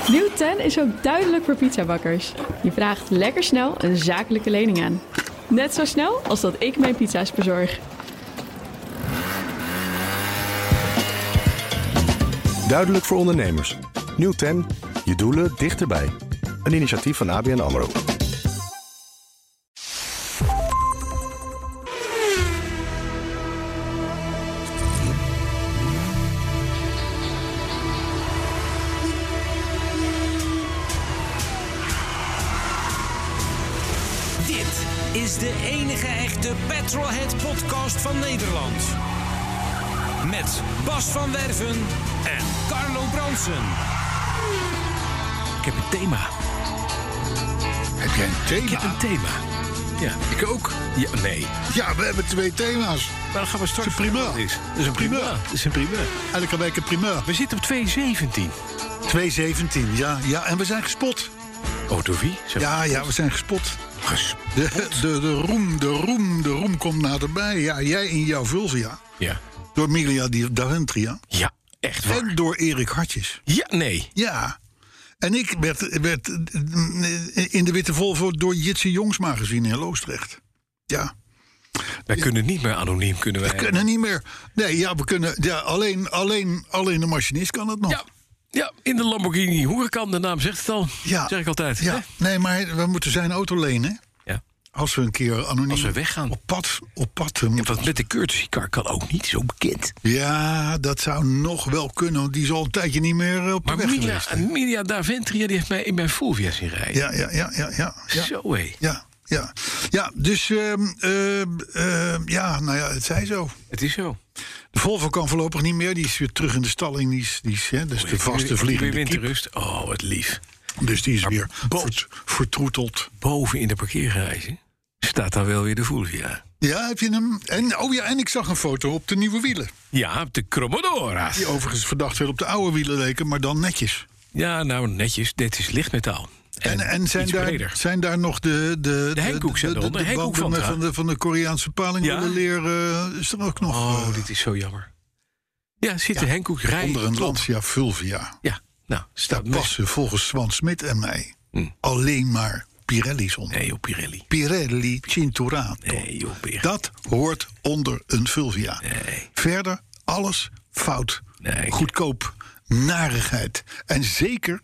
Nieuw 10 is ook duidelijk voor pizzabakkers. Je vraagt lekker snel een zakelijke lening aan. Net zo snel als dat ik mijn pizza's bezorg. Duidelijk voor ondernemers. Nieuw 10. Je doelen dichterbij. Een initiatief van ABN AMRO. Dit is de enige echte Petrolhead-podcast van Nederland. Met Bas van Werven en Carlo Bronsen. Ik heb een thema. Heb jij een thema? Ik heb een thema. Ja. Ik ook. Ja, nee. Ja, we hebben 2 thema's. Maar dan gaan we straks... Het is een primeur. Dat is een primeur. Dat is een primeur. Elke week een primeur. We zitten op 217. 217, ja. Ja, en we zijn gespot. Oh, door wie? Ja, we zijn gespot. De roem komt naderbij. Ja, jij in jouw Vulvia. Ja. Door Milia Daventria. Ja, echt waar. En door Erik Hartjes. Ja, nee. Ja. En ik werd in de Witte Volvo door Jitse Jongsma gezien in Loosdrecht. Ja. Wij kunnen niet meer anoniem, kunnen wij. We kunnen niet meer. Nee, ja, we kunnen. Ja, alleen de machinist kan het nog. Ja, in de Lamborghini Huracan, de naam zegt het al. Ja. Zeg ik altijd. Ja. Hè? Nee, maar we moeten zijn auto lenen. Ja. Als we een keer anoniem... Als we weggaan. Op pad. Ja, wat met de courtesy car kan ook niet, zo bekend. Ja, dat zou nog wel kunnen. Want die is al een tijdje niet meer op de weg geweest. Maar Milia Daventria die heeft mij in mijn Fulvia zien rijden. Ja. Zo hé. Ja, dus het zij zo. Het is zo. De Volvo kan voorlopig niet meer. Die is weer terug in de stalling. Die is dus de vaste vliegende weer kip. winterrust. Oh, wat lief. Dus die is weer vertroeteld. Boven in de parkeergarage staat dan wel weer de Fulvia. Ja, heb je hem? En ik zag een foto op de nieuwe wielen. Ja, op de Cromodora. Die overigens verdacht veel op de oude wielen leken, maar dan netjes. Ja, nou netjes. Dit is lichtmetaal. En zijn daar nog de Henkoek zijn eronder. de banden van de Koreaanse palingwielenleer is er ook nog. Oh, dit is zo jammer. Ja, zit de Henkoek rij onder een Lancia Fulvia. Ja, nou, daar passen volgens Swan Smit en mij alleen maar Pirelli's onder. Nee, joh, Pirelli. Pirelli Cinturato. Nee, joh, Pirelli. Dat hoort onder een Fulvia. Nee. Verder alles fout. Nee. Goedkoop. Narigheid. En zeker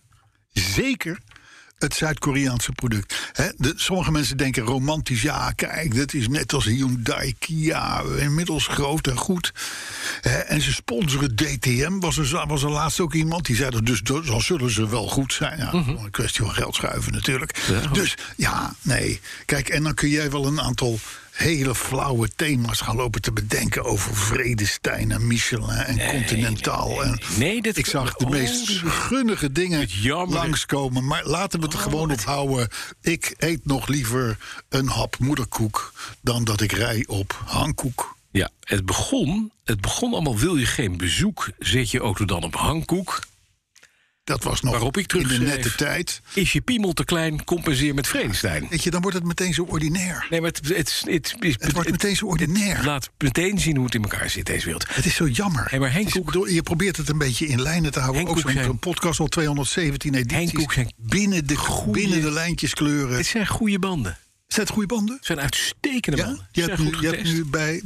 het Zuid-Koreaanse product. Sommige mensen denken romantisch. Ja, kijk, dat is net als Hyundai, Kia. Inmiddels groot en goed. En ze sponsoren DTM. Was er laatst ook iemand die zei... dus dan zullen ze wel goed zijn. Ja, een kwestie van geld schuiven natuurlijk. Ja. Dus ja, nee. Kijk, en dan kun jij wel een aantal... hele flauwe thema's gaan lopen te bedenken... over Vredestein en Michelin en Continental. Nee, ik zag de meest gunnige dingen langskomen. Maar laten we het er gewoon op houden. Ik eet nog liever een hap moederkoek... dan dat ik rij op hangkoek. Ja, het begon allemaal... wil je geen bezoek, zet je auto dan op hangkoek... Dat was nog waarop ik in de nette tijd. Is je piemel te klein, compenseer met Vredestein. Weet je, dan wordt het meteen zo ordinair. Nee, maar het wordt meteen zo ordinair. Laat meteen zien hoe het in elkaar zit, deze wereld. Het is zo jammer. Hey, maar je probeert het een beetje in lijnen te houden. Ook zo'n podcast al 217 edities. Binnen de lijntjes kleuren. Het zijn goede banden. Zijn het goede banden? Het zijn uitstekende banden. Je hebt nu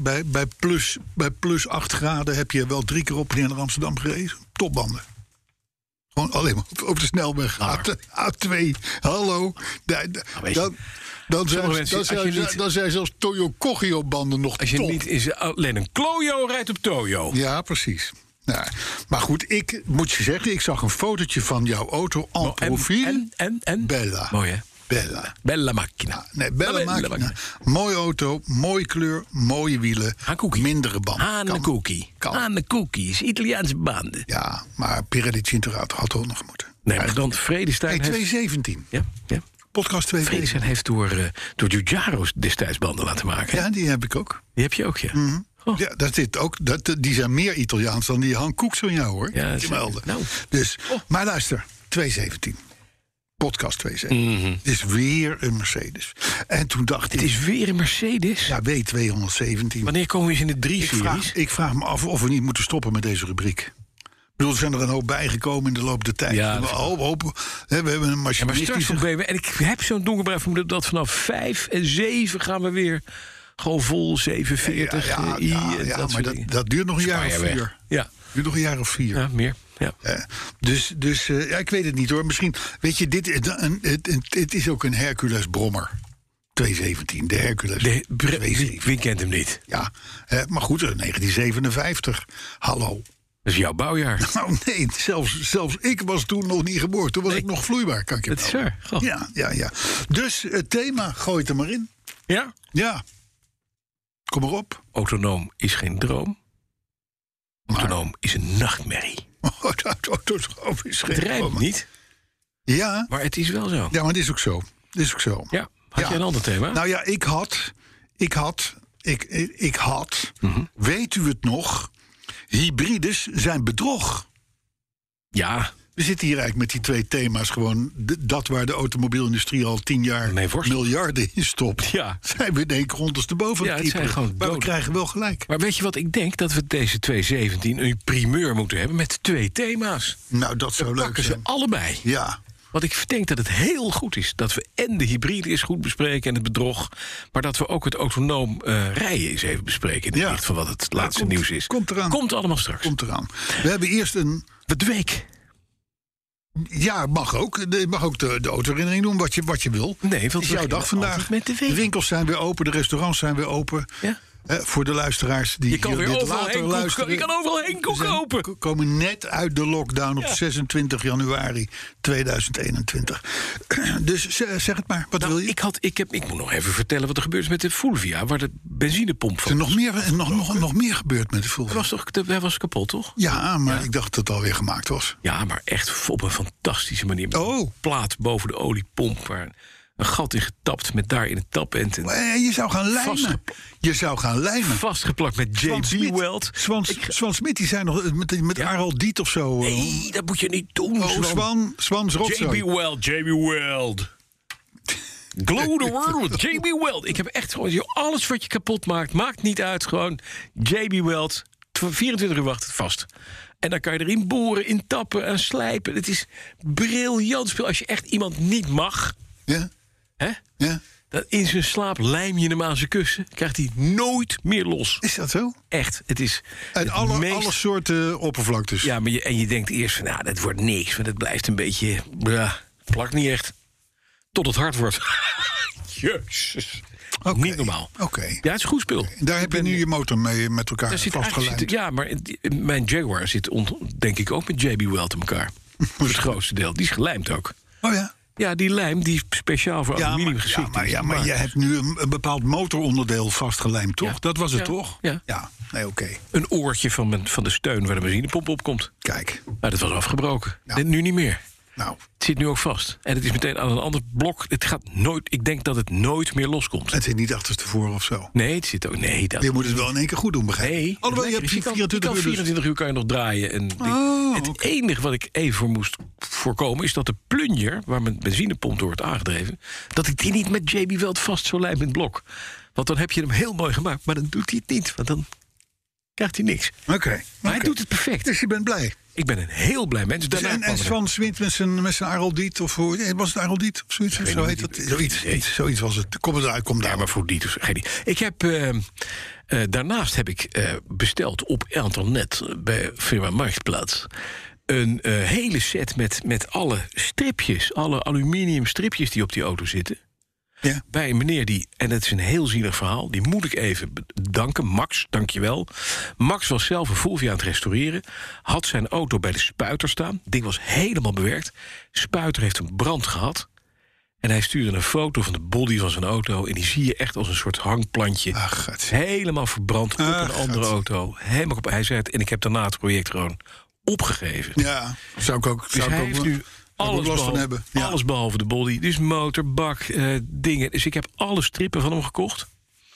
bij plus 8 graden... heb je wel 3 keer op en neer naar Amsterdam gereden. Topbanden. Gewoon alleen maar over de snelweg. A2. Hallo. Dan zijn zelfs Toyo Cogio-banden nog als je top. niet is alleen een klojo rijdt op Toyo. Ja, precies. Ja. Maar goed, ik moet je zeggen... ik zag een fotootje van jouw auto en profiel. En? Bella. Mooi, hè? Bella macchina. Nee, bella macchina. Mooie auto, mooie kleur, mooie wielen. Mindere banden. Aan de cookie is Italiaanse banden. Ja, maar Pirelli Cinturato had ook nog moeten. Nee, maar dan Vredestein 217. Ja. Podcast 217. Vredestein heeft door Giugiaro destijds banden laten maken. Ja, die heb ik ook. Die heb je ook, ja. Mm-hmm. Oh. Ja, dat zit ook. Die zijn meer Italiaans dan die Han Koeks van jou, hoor. Ja, die melden. Nou. Dus, maar luister, 217. Podcast 217. Het is weer een Mercedes. En toen dacht ik... Het is weer een Mercedes? Ja, W217. Wanneer komen we eens in de 3-series? Ik vraag me af of we niet moeten stoppen met deze rubriek. Er zijn er een hoop bijgekomen in de loop der tijd. Ja, we hebben een maar machinistische... straks van BMW. En ik heb zo'n donkerbruin vermoeden dat vanaf 5 en 7 gaan we weer gewoon vol 740. maar dat duurt nog een jaar of 4. Ja. Duurt nog een jaar of 4. Ja, meer. Ja. Dus ik weet het niet hoor. Misschien, weet je, het is ook een Hercules-brommer. 217, de Hercules. 217. Wie kent hem niet? Ja, maar goed, 1957. Hallo. Dat is jouw bouwjaar. Nou nee, zelfs ik was toen nog niet geboren. Toen was ik nog vloeibaar, kan ik je Dat is vertellen. waar. Ja. Dus het thema, gooi het er maar in. Ja? Ja. Kom maar op. Autonoom is geen droom. Autonoom is een nachtmerrie. Autonoom is geen Het rijmt droom. niet, Ja. maar het is wel zo. Ja, maar het is ook zo. Ja. Had jij een ander thema? Nou ja, ik had. Weet u het nog? Hybrides zijn bedrog. Ja, We zitten hier eigenlijk met die 2 thema's gewoon. Dat waar de automobielindustrie al 10 jaar Mee worstelt. miljarden in stopt. Ja. Zijn we in één keer ondersteboven. Ja, het zijn gewoon maar we doden. krijgen wel gelijk. maar weet je wat ik denk? Dat we deze 217 een primeur moeten hebben met 2 thema's. Nou, dat zou leuk Pakken ze zijn. allebei. Ja. Want ik denk dat het heel goed is dat we en de hybride eens goed bespreken en het bedrog, maar dat we ook het autonoom rijden eens even bespreken in het licht van wat het laatste nieuws is. Komt eraan. Komt allemaal straks. Komt eraan. We hebben eerst een... De dweek. Ja, mag ook. Je mag ook de autoherinnering doen, wat je wil. Nee, want het is we jouw beginnen dag vandaag. altijd met de week. De winkels zijn weer open, de restaurants zijn weer open. Ja. Voor de luisteraars die Je kan weer dit overal later heen luisteren. je kan overal heen koek kopen. Komen net uit de lockdown op 26 januari 2021. Dus zeg het maar, wat wil je? Ik moet nog even vertellen wat er gebeurd is met de Fulvia, waar de benzinepomp Er van is nog meer gebeurd met de Fulvia. Hij was kapot, toch? Ja, maar ik dacht dat het alweer gemaakt was. Ja, maar echt op een fantastische manier. Met Oh. een plaat boven de oliepomp, waar een gat in getapt met daar in het tapend. En Je zou gaan lijmen. vastgeplakt met JB Weld. Swan Smit, die zijn nog met Aral Diet of zo. Nee, dat moet je niet doen. Swans rotzooi. JB Weld. Glow the world with JB Weld. Ik heb echt gewoon alles wat je kapot maakt niet uit. Gewoon JB Weld. 24 uur wacht het vast. En dan kan je erin boren, intappen en slijpen. Het is briljant speel. Als je echt iemand niet mag, Ja? hè? Ja? Dan in zijn slaap lijm je hem aan zijn kussen. Krijgt hij nooit meer los. Is dat zo? Echt, het is En het alle soorten oppervlaktes. Ja, maar je denkt eerst van, nou, dat wordt niks. Want het blijft een beetje, plakt niet echt. Tot het hard wordt. Jezus. Oké. Niet normaal. Oké. Ja, het is een goed speel. Daar heb je nu je motor mee met elkaar Daar zit vastgelijmd. ja, maar mijn Jaguar zit denk ik ook met JB Weld in elkaar. Voor het grootste deel. Die is gelijmd ook. Oh ja? Ja, die lijm die is speciaal voor aluminium geschikt. Maar je hebt nu een bepaald motoronderdeel vastgelijmd, toch? Ja. Dat was het, Ja. toch? Ja. Nee, oké. Een oortje van de steun waar de benzinepomp op komt. Kijk. Maar dat was afgebroken. Ja. En nu niet meer. Nou, Het zit nu ook vast. En het is meteen aan een ander blok. Het gaat nooit. Ik denk dat het nooit meer loskomt. het zit niet achterstevoren of zo. Nee, het zit ook. Nee, dat. Je moet het wel in één keer goed doen, begrijp ik. Nee. Alhoewel, je het hebt lekker is. 24 je kan uur. 24 uur kan je nog draaien. En het enige wat ik even voor moest voorkomen is dat de plunger waar mijn benzinepomp door wordt aangedreven, dat ik die niet met JB Weld vast zo lijm in het blok. Want dan heb je hem heel mooi gemaakt, maar dan doet hij het niet. Want dan krijgt hij niks. Oké. Maar hij doet het perfect. Dus je bent blij. Ik ben een heel blij mens. Daarna En kwam er- Swan Smit met zijn Aral Diet of hoe? Nee, was het Aral Diet of zoiets? Zo heet het. Zoiets was het. Kom eruit, kom Ja, daar. maar voor die dus geen idee. Ik heb daarnaast heb ik besteld op internet bij firma Marktplaats een hele set met alle stripjes, alle aluminium stripjes die op die auto zitten. Ja. Bij een meneer die, en het is een heel zielig verhaal, die moet ik even bedanken. Max, dankjewel. Max was zelf een Fulvia aan het restaureren. Had zijn auto bij de spuiter staan. Het ding was helemaal bewerkt. Spuiter heeft een brand gehad. En hij stuurde een foto van de body van zijn auto. En die zie je echt als een soort hangplantje. Ach, het. Helemaal verbrand op een Ach, andere God. auto. Helemaal op. Hij zei het, en ik heb daarna het project gewoon opgegeven. Ja, zou ik ook. Dus hij heeft nu alles last van behalve, hebben. Ja. alles behalve de body. Dus motor, bak, dingen. Dus ik heb alle strippen van hem gekocht.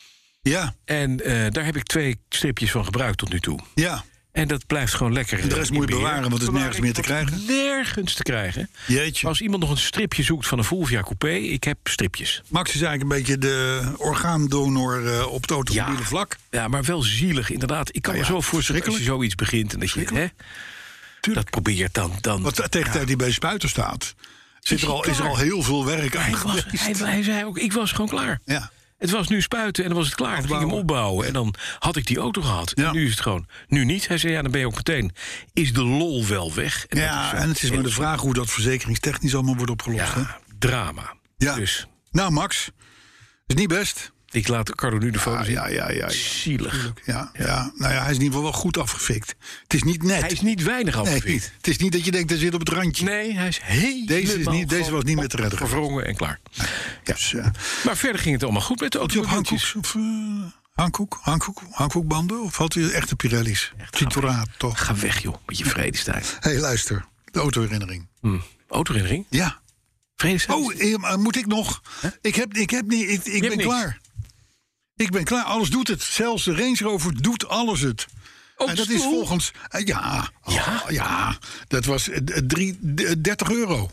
Ja, En daar heb ik 2 stripjes van gebruikt tot nu toe. ja. En dat blijft gewoon lekker. En de rest in moet je beheer. bewaren, want het is nergens meer te krijgen. Nergens te krijgen. Jeetje. Als iemand nog een stripje zoekt van een Fulvia Coupé, ik heb stripjes. Max is eigenlijk een beetje de orgaandonor op het automobiele vlak. Ja, maar wel zielig inderdaad. Ik kan Nou me ja, zo voorstellen als je verschrikkelijk. zoiets begint en dat je, hè, Dat probeert dan. Want tegen de tijd die bij de spuiter staat, is er al heel veel werk aan geweest. Hij zei ook, ik was gewoon klaar. Ja. Het was nu spuiten en dan was het klaar. Dan ging hem opbouwen en dan had ik die auto gehad. Ja. En nu is het gewoon, nu niet. Hij zei, dan ben je ook meteen, is de lol wel weg? En En het is maar de vraag hoe dat verzekeringstechnisch allemaal wordt opgelost. Hè? Drama. Ja. Dus Nou, Max, is niet best. ik laat Carlo nu de foto zien. Ja. Zielig. Ja. Nou ja, hij is in ieder geval wel goed afgefikt. Het is niet net. Hij is niet weinig afgefikt. Nee, het is niet dat je denkt, hij zit op het randje. Nee, hij is helemaal Deze was niet meer te redden. verwrongen en klaar. Dus, Maar verder ging het allemaal goed met de had je op automobieltjes. Hankookbanden? Of had u echte Pirelli's? Citroën, toch? Ga weg, joh, met je vredestijd. Hé, luister. De autoherinnering. Autoherinnering? Ja. Vredestijd? Maar moet ik nog? Huh? Ik ben niks. klaar. Ik ben klaar. Alles doet het. Zelfs de Range Rover doet alles het. Ook En dat stoel? is volgens... Ja. Dat was €30.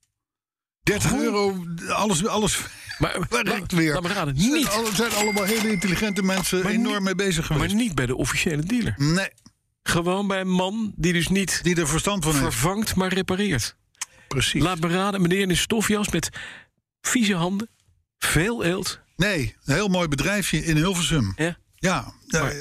€30. Alles Maar werkt weer. Laat me raden, Ze niet. zijn allemaal hele intelligente mensen enorm mee bezig Maar geweest. niet bij de officiële dealer. Nee, Gewoon bij een man die dus niet die er verstand van heeft. vervangt, maar repareert. Precies. Laat me raden, meneer in een stofjas met vieze handen, veel eelt. Nee, een heel mooi bedrijfje in Hilversum. Ja? Ja,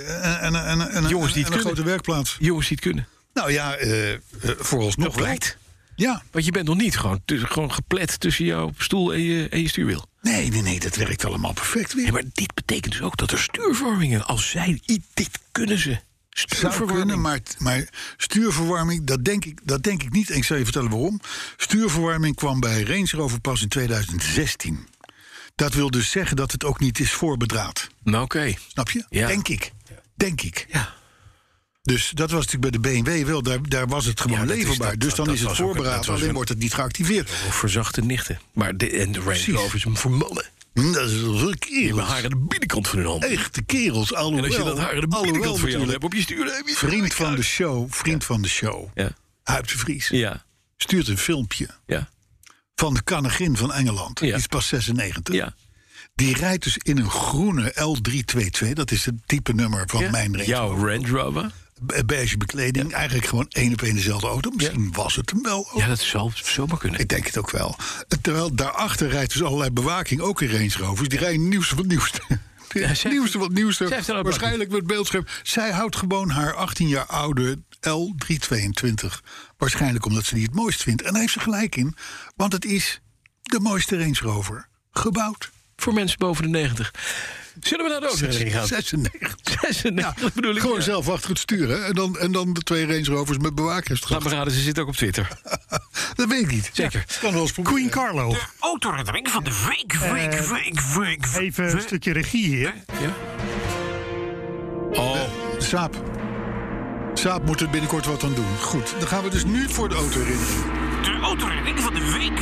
en Jongens die het een kunnen. grote werkplaats. Jongens die het kunnen. Nou ja, vooralsnog Nog wel. blijkt. Ja. Want je bent nog niet gewoon geplet tussen jouw stoel en je stuurwiel. Nee, dat werkt allemaal perfect weer. Nee, maar dit betekent dus ook dat er stuurverwarmingen, als zij dit kunnen ze. Zou kunnen, maar stuurverwarming, dat denk ik niet. En ik zal je vertellen waarom. Stuurverwarming kwam bij Range Rover pas in 2016. Dat wil dus zeggen dat het ook niet is voorbedraad. Nou, oké. Snap je? Ja. Denk ik. Ja. Dus dat was natuurlijk bij de BMW wel. Daar was het gewoon Ja, dat is- leverbaar. dat- Dus dan dat is het was ook- voorbedraad, dat was alleen een- wordt het niet geactiveerd. Of verzachte nichten. Maar de Range Precies. Rover is hem voor mannen. Dat is wel Die hebben kerels. haar aan de binnenkant van hun hand. Echte kerels. En als je dat haar aan de binnenkant van je hand hebt op je stuur, dan heb je Vriend van de show. Ja. Huib de Vries. Ja. Stuurt een filmpje Ja. van de koningin van Engeland. Ja. Die is pas 96. Ja. Die rijdt dus in een groene L322. Dat is het type nummer van mijn Range Jouw Rover. Range Rover? Beige bekleding. Eigenlijk gewoon één op één dezelfde auto. Misschien was het hem wel. Ja, dat zal zomaar kunnen. Ik denk het ook wel. Terwijl daarachter rijdt dus allerlei bewaking ook in Range Rovers. Die rijden nieuwste van het nieuwste. Ja, zij- Nieuwste van het nieuwste. zij heeft er ook Waarschijnlijk met beeldscherm. Zij houdt gewoon haar 18 jaar oude L322. Waarschijnlijk omdat ze die het mooist vindt. En daar heeft ze gelijk in. Want het is de mooiste Range Rover gebouwd. Voor mensen boven de 90. Zullen we naar de autoherinnering gaan? 96. 96 bedoel ik. Gewoon ja. zelf achter het stuur. Hè? En dan de 2 Range Rovers met bewakers. Laat me raden, ze zit ook op Twitter. Dat weet ik niet. Zeker. Ja, kan wel eens proberen. Queen Carlo. Autoherinnering van de week. Even een stukje regie hier. Ja? Oh, Saab moet er binnenkort wat aan doen. Goed, dan gaan we dus nu voor de autoherinnering. De autoherinnering van de week.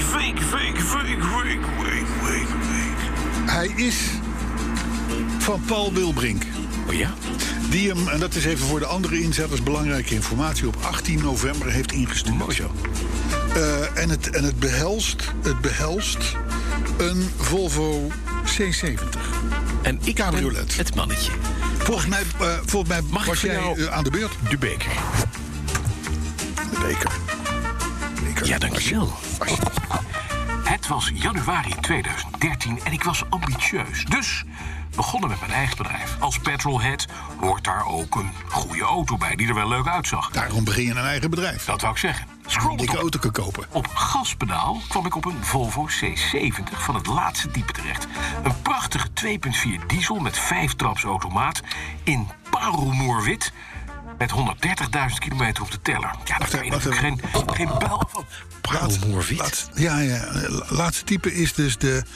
Hij is van Paul Wilbrink. oh ja? Die hem, en dat is even voor de andere inzetters belangrijke informatie, op 18 november heeft ingestuurd. Mooi zo. En het behelst een Volvo C70. En ik Cabriolet. ben het mannetje. Volgens mij Mag ik was voor jij jou- aan de beurt. De beker. De beker. Ja, dankjewel. Het was januari 2013 en ik was ambitieus. Dus begonnen met mijn eigen bedrijf. Als petrolhead hoort daar ook een goede auto bij die er wel leuk uitzag. Daarom begin je een eigen bedrijf. Dat wou ik zeggen. Een Scroll dikke auto kan kopen. Op gaspedaal kwam ik op een Volvo C70 van het laatste type terecht. Een prachtige 2.4 diesel met 5-traps automaat in parelmoerwit met 130.000 kilometer op de teller. Ja, daar kan je wacht natuurlijk geen bel van. Parelmoerwit. Laatste type is dus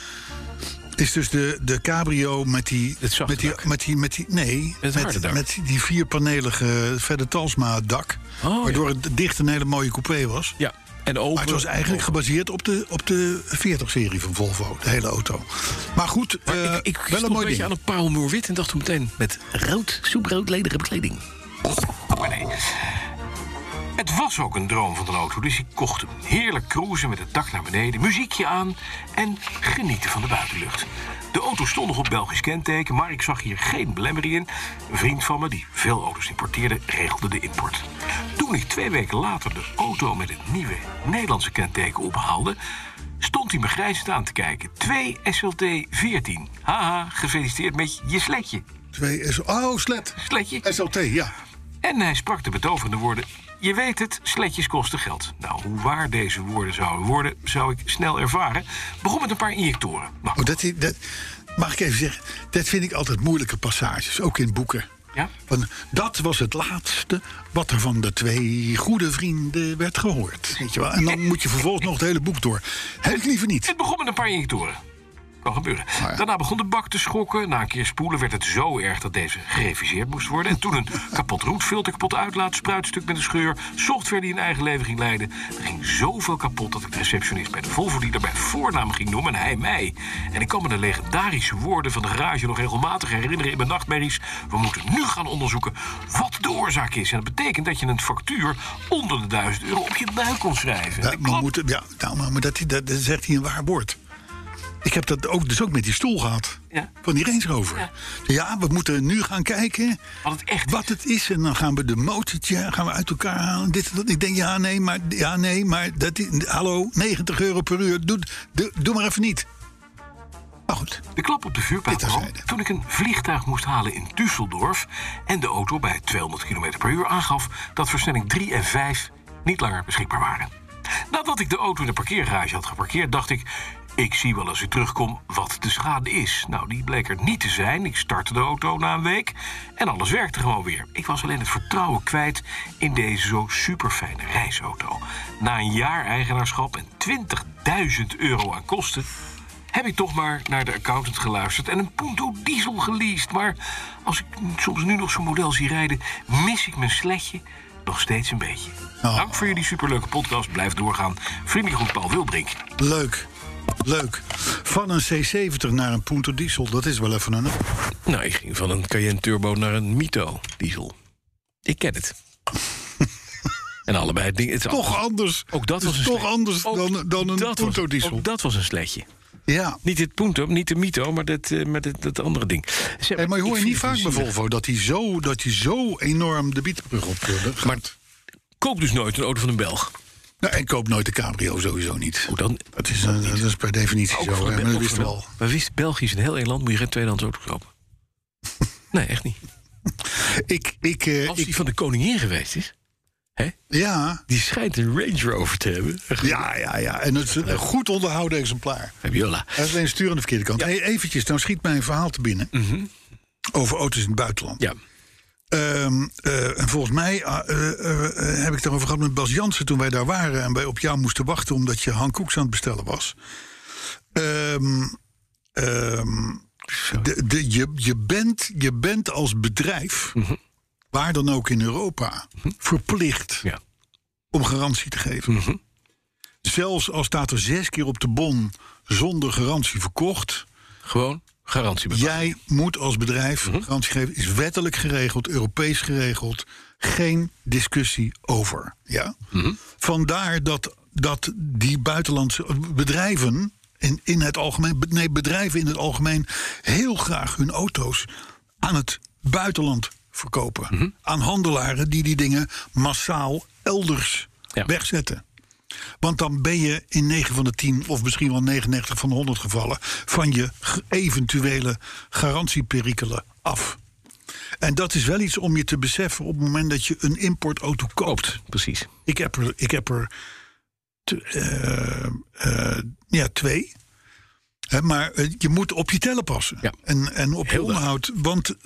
de cabrio met die Het zachte dak. met die vierpanelige Verder Talsma dak, Oh, waardoor het dicht een hele mooie coupé was. Ja. En open. Maar het was eigenlijk gebaseerd op de 40-serie van Volvo, de hele auto. Maar goed, Ik wel stond een een mooi beetje ding. aan een parelmoerwit en dacht toen meteen met soeprood lederen bekleding. Maar nee. Het was ook een droom van een auto, dus ik kocht hem. Heerlijk cruisen met het dak naar beneden, muziekje aan en genieten van de buitenlucht. De auto stond nog op Belgisch kenteken, maar ik zag hier geen belemmering in. Een vriend van me, die veel auto's importeerde, regelde de import. Toen toen ik 2 weken later de auto met het nieuwe Nederlandse kenteken ophaalde, stond hij me grijzend aan te kijken. 2 SLT 14. Haha, gefeliciteerd met je sletje. Sletje. SLT, ja. En hij sprak de betoverende woorden: je weet het, sletjes kosten geld. Nou, hoe waar deze woorden zouden worden, zou ik snel ervaren. Begon met een paar injectoren. Nou, Dat mag ik even zeggen, dat vind ik altijd moeilijke passages, ook in boeken. ja? Dat was het laatste wat er van de 2 goede vrienden werd gehoord. Weet je wel? En dan moet je vervolgens nog het hele boek door. Heb ik liever niet. Het begon met een paar injectoren. Kan gebeuren. ja. Daarna begon de bak te schokken. Na een keer spoelen werd het zo erg dat deze gereviseerd moest worden. En toen een kapot roetfilter, kapot uitlaat, spruitstuk met een scheur, software die een eigen leven ging leiden. Er ging zoveel kapot dat ik de receptionist bij de Volvo-dealer bij voornaam ging noemen en hij mij. En ik kan me de legendarische woorden van de garage nog regelmatig herinneren in mijn nachtmerries. We moeten nu gaan onderzoeken wat de oorzaak is. En dat betekent dat je een factuur onder de €1000 op je buik kon schrijven. Maar dat zegt hij een waar woord. Ik heb dat ook met die stoel gehad. Ja. Van die Range Rover. Ja, we moeten nu gaan kijken wat het is. En dan gaan we de motortje uit elkaar halen. Dit en dat. Ik denk, maar hallo, €90 per uur. Doe maar even niet. Maar goed. De klap op de vuurpijl kwam toen ik een vliegtuig moest halen in Düsseldorf en de auto bij 200 km per uur aangaf dat versnelling 3 en 5 niet langer beschikbaar waren. Nadat ik de auto in de parkeergarage had geparkeerd, dacht ik zie wel als ik terugkom wat de schade is. Nou, die bleek er niet te zijn. Ik startte de auto na een week en alles werkte gewoon weer. Ik was alleen het vertrouwen kwijt in deze zo superfijne reisauto. Na een jaar eigenaarschap en €20.000 aan kosten heb ik toch maar naar de accountant geluisterd en een Punto Diesel geleased. Maar als ik soms nu nog zo'n model zie rijden, mis ik mijn sletje nog steeds een beetje. Dank voor jullie superleuke podcast. Blijf doorgaan. Vriendelijk groet, Paul Wilbrink. Leuk. Van een C70 naar een Punto Diesel, dat is wel even een... Nou, ik ging van een Cayenne Turbo naar een Mito Diesel. Ik ken het. En allebei het ding. Het is toch anders. Ook dat was een toch anders dan een Punto Diesel. Ook dat was een sletje. Ja. Niet het Punto, niet de Mito, maar dat andere ding. Maar je hoort niet vaak bij Volvo dat hij zo enorm de bietenbrug op gaat. Maar koop dus nooit een auto van een Belg. Nou, en koop nooit de Cabrio, sowieso niet. Hoe dan? Dat is per definitie ook zo. Maar dat wisten we al. Maar wist België is een heel land, moet je geen tweedehands auto kopen. Nee, echt niet. Als die van de koningin geweest is. Hè? Ja. Die schijnt een Range Rover te hebben. Ja. En het is een goed onderhouden exemplaar. Fabiola. Hij is alleen stuur aan de verkeerde kant. Ja. Hey, eventjes, nou schiet mij een verhaal te binnen. Over auto's in het buitenland. Ja. En volgens mij heb ik het erover gehad met Bas Jansen toen wij daar waren en wij op jou moesten wachten omdat je Han Koeks aan het bestellen was. Je bent als bedrijf, waar dan ook in Europa, verplicht om garantie te geven. Zelfs al staat er 6 keer op de bon zonder garantie verkocht. Gewoon garantie betalen. Jij moet als bedrijf garantie geven. Is wettelijk geregeld, Europees geregeld. Geen discussie over. Ja? Vandaar dat die buitenlandse bedrijven in het algemeen, bedrijven in het algemeen heel graag hun auto's aan het buitenland verkopen. Aan handelaren die dingen massaal elders wegzetten. Want dan ben je in 9 van de 10 of misschien wel 99 van de 100 gevallen van je eventuele garantieperikelen af. En dat is wel iets om je te beseffen op het moment dat je een importauto koopt. Precies. Ik heb er 2. Maar je moet op je tellen passen. Ja. En op je onderhoud. Want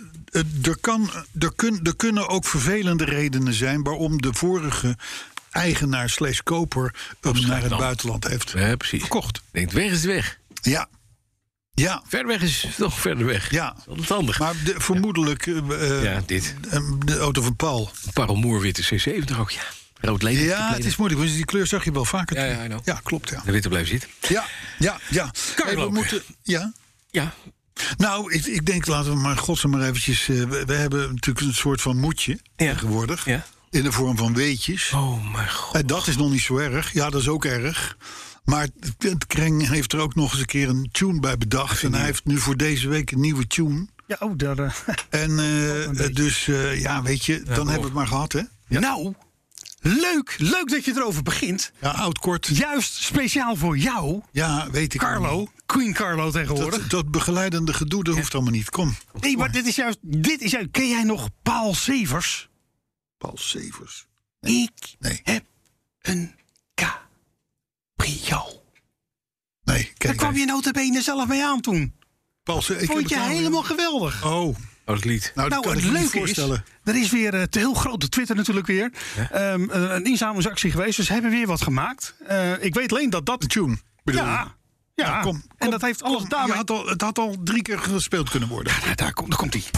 er kunnen ook vervelende redenen zijn waarom de vorige eigenaar / koper hem naar het buitenland heeft verkocht. Denkt, weg is weg. Ja. Ver weg is nog verder weg. Ja. Dat is handig. Maar vermoedelijk dit. De auto van Paul. Parelmoerwitte C70 ook, ja. Rood leden. Ja, het is moeilijk. Want die kleur zag je wel vaker. Ja, ja, klopt. Ja. De witte blijft zitten. Ja. Carlo. We moeten. Ja. Nou, ik denk, laten we maar godsam maar eventjes. We hebben natuurlijk een soort van moedje tegenwoordig. Ja. In de vorm van weetjes. Oh mijn god. En dat is nog niet zo erg. Ja, dat is ook erg. Maar het Kreng heeft er ook nog eens een keer een tune bij bedacht. En hij heeft nu voor deze week een nieuwe tune. Ja, En dus, weet je, dan hebben we het maar gehad, hè? Ja. Nou, Leuk dat je erover begint. Ja, oud kort. Juist speciaal voor jou, Ja, weet ik. Carlo. Queen Carlo tegenwoordig. Dat begeleidende gedoe, dat hoeft allemaal niet. Kom. Nee, maar dit is juist. Ken jij nog Paul Severs? Paul Severs. Ik Nee. heb een cabrio. Nee, Daar kijk. kwam je nota bene zelf mee aan toen. Paul Severs. Vond je helemaal geweldig. Oh, dat lied. nou, dat kan het ik me niet leuke is, voorstellen. er is weer te heel groot op Twitter natuurlijk weer. Een inzamelingsactie geweest, dus ze hebben weer wat gemaakt. Ik weet alleen dat De tune, bedoel je? Ja, Nou, kom, en dat heeft alles daarmee. Het had al 3 keer gespeeld kunnen worden. Daar komt hij.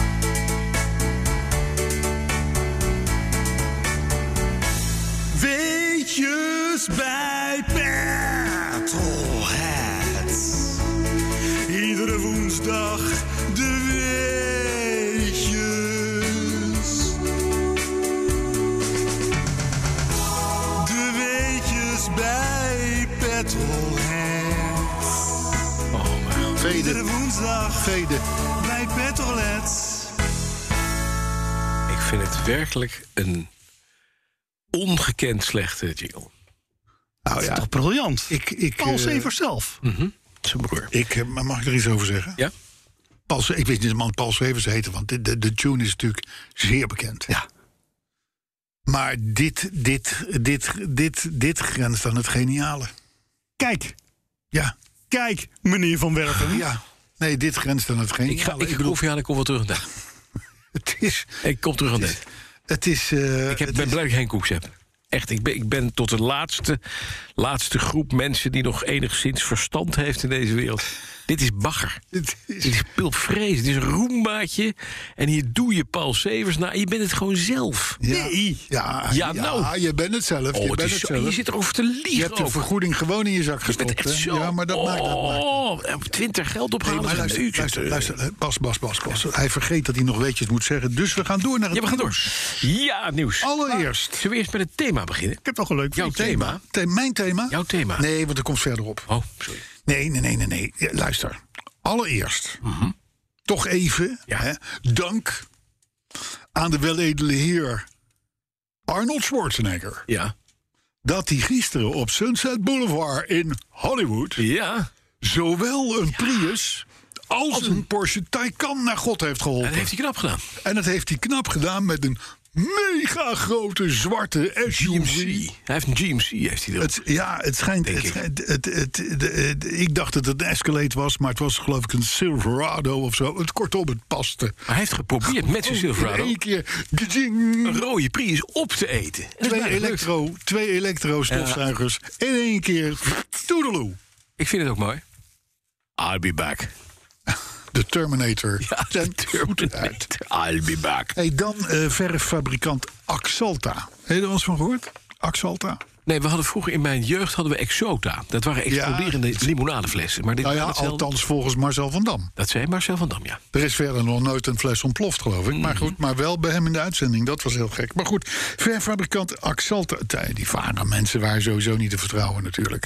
Weetjes bij Petrolhead. Iedere woensdag de weetjes. De weetjes bij Petrolhead. Oh, mijn god. Iedere woensdag Vede. bij Petrolhead. Ik vind het werkelijk een ongekend slechte jingle. Nou ja, Toch briljant. Paul Severs zelf. Zijn broer. Mag ik er iets over zeggen? Ja? Ik weet niet de man Paul Severs heette, want de tune is natuurlijk zeer bekend. Ja. Maar dit grenst aan het geniale. Kijk, Ja, meneer Van Werven. ja. Nee, dit grenst aan het geniale. Ik ga koffie halen, ik kom wel terug aan dit. Het is... Ik kom terug aan dit. Het is... Ben blij dat ik geen koeks heb. Echt, ik ben tot de laatste groep mensen die nog enigszins verstand heeft in deze wereld. Dit is bagger. Dit is pilvrees. Het is een roembaatje. En hier doe je Paul Severs na. En je bent het gewoon zelf. Ja, Nee. ja, nou. je bent het zelf. Oh, je het bent is het zo, zelf. je zit erover te liegen. Je hebt de vergoeding gewoon in je zak Je bent gestopt. echt hè? zo. Ja, maar dat maakt Oh, 20 geld ophalen. Nee, maar is een luister, Bas. Hij vergeet dat hij nog weetjes moet zeggen. Dus we gaan door naar het Ja, we gaan door. Ja, het nieuws. Allereerst. Zullen we eerst met het thema beginnen? Ik heb nog een leuk Jouw thema? Mijn thema? Jouw thema? Nee, want er komt verderop. Oh, sorry. Nee. Ja, luister. Allereerst. Toch even. Ja. Hè, dank aan de weledele heer Arnold Schwarzenegger. Ja. Dat hij gisteren op Sunset Boulevard in Hollywood Ja. zowel een Prius als een Porsche Taycan naar God heeft En geholpen. dat heeft hij knap gedaan. En dat heeft hij knap gedaan met een mega grote zwarte SUV. Hij heeft een GMC, heeft hij erop. Het schijnt. Denk Ik dacht dat het een Escalade was, maar het was geloof ik een Silverado of zo. Kortom, het paste. Maar hij heeft geprobeerd met zijn Silverado In één keer. Gijing. een rode Prius op te eten. En dat is bijna gelukt. Twee elektro-stofzuigers. In één keer. Toedeloe. Ik vind het ook mooi. I'll be back. De Terminator. Ja, Ten voeten uit. I'll be back. Hey, dan verffabrikant Axalta. Heb je er wel eens van gehoord? Axalta? Nee, we hadden vroeger in mijn jeugd hadden we Exota. Dat waren exploderende limonadeflessen. Maar dit Nou ja, waren hetzelfde. althans volgens Marcel van Dam. Dat zei Marcel van Dam, ja. Er is verder nog nooit een fles ontploft, geloof ik. Maar goed, maar wel bij hem in de uitzending. Dat was heel gek. Maar goed, verfabrikant Axalta. Die varen mensen waren sowieso niet te vertrouwen natuurlijk.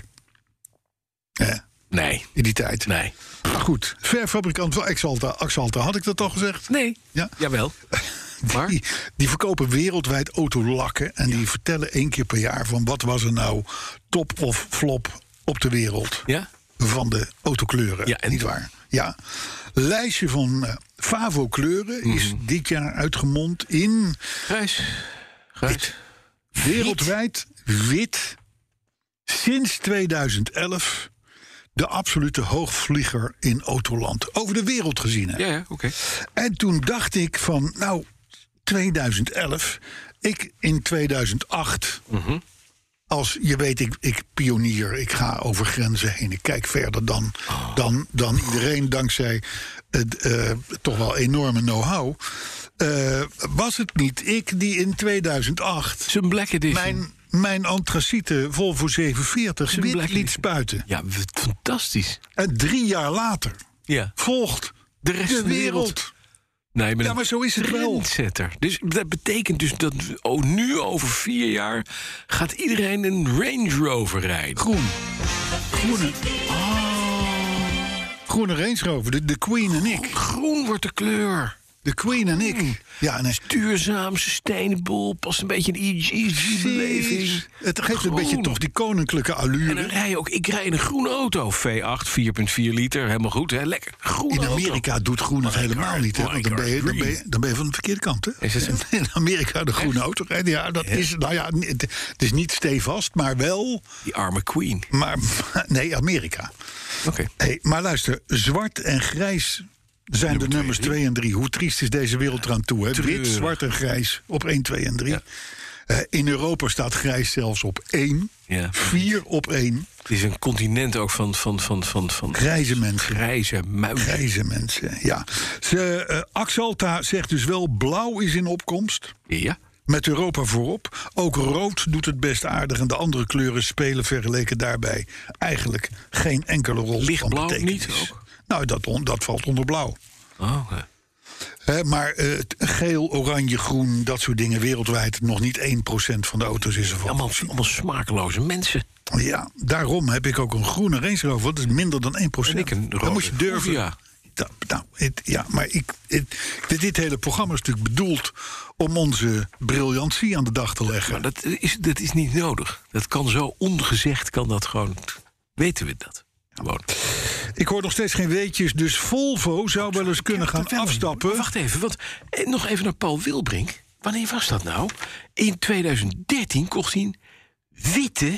Nee. In die tijd. Nee. Maar goed, verfabrikant van Axalta. Had ik dat al gezegd? Nee. Ja. Jawel. Maar? Die verkopen wereldwijd autolakken. En die vertellen 1 keer per jaar van wat was er nou top of flop op de wereld. Ja? Van de autokleuren. Ja, en niet waar? Ja. Lijstje van Favo kleuren is dit jaar uitgemond in Grijs. wereldwijd wit. Sinds 2011 de absolute hoogvlieger in autoland. Over de wereld gezien. Hè? Ja, oké. En toen dacht ik van, nou, 2011. Ik in 2008. Als je weet, ik pionier. Ik ga over grenzen heen. Ik kijk verder dan iedereen. Dankzij toch wel enorme know-how. Was het niet ik die in 2008 Zijn Black Edition. mijn antraciete Volvo 740 Zijn wit Black liet Edition. spuiten. Ja, fantastisch. En 3 jaar later Ja. volgt De rest van de wereld. Nee, Ja, maar zo is het wel. trendsetter. Dus dat betekent dus dat nu over 4 jaar gaat iedereen een Range Rover rijden. Groene Range Rover, de Queen en ik. Groen wordt de kleur. De Queen en ik. Ja, nee. Duurzaam, sustainable, past een beetje een ESG-beleving. Het geeft een beetje toch die koninklijke allure. En dan rij je ook, ik rij in een groene auto. V8, 4,4 liter, helemaal goed, hè? Lekker. Groene In Amerika auto. doet groen het helemaal niet. Hè? Want dan ben je van de verkeerde kant. Hè? Is het zo? In Amerika de groene auto rijden. Ja, dat is, nou ja, het is niet stevast, maar wel. Die arme Queen. Maar nee, Amerika. Oké. Hey, maar luister, zwart en grijs zijn Nummer de nummers 2 en 3. Hoe triest is deze wereld eraan toe? Hè? Wit, Treurig. zwart en grijs op 1, 2 en 3. Ja. In Europa staat grijs zelfs op 1. Ja. 4 op 1. Het is een continent ook van Grijze mensen. grijze muizen. Grijze mensen, ja. Axalta zegt dus wel, blauw is in opkomst. Ja. Met Europa voorop. Ook rood doet het best aardig. En de andere kleuren spelen vergeleken daarbij eigenlijk geen enkele rol. Lichtblauw van betekenis. niet ook? Nou, dat valt onder blauw. Oh, ja. Maar geel, oranje, groen, dat soort dingen wereldwijd. Nog niet 1% van de auto's is ervan. Allemaal smakeloze mensen. Ja, daarom heb ik ook een groene Range Rover. Dat is minder dan 1%. En ik een Dan moet je rode durven. Fuvia. Maar dit hele programma is natuurlijk bedoeld om onze briljantie aan de dag te leggen. Maar dat is niet nodig. Dat kan zo ongezegd, kan dat gewoon. Weten we dat? Gewoon. Ik hoor nog steeds geen weetjes, dus Volvo zou wel eens kunnen gaan afstappen. Wacht even, want nog even naar Paul Wilbrink. Wanneer was dat nou? In 2013 kocht hij een witte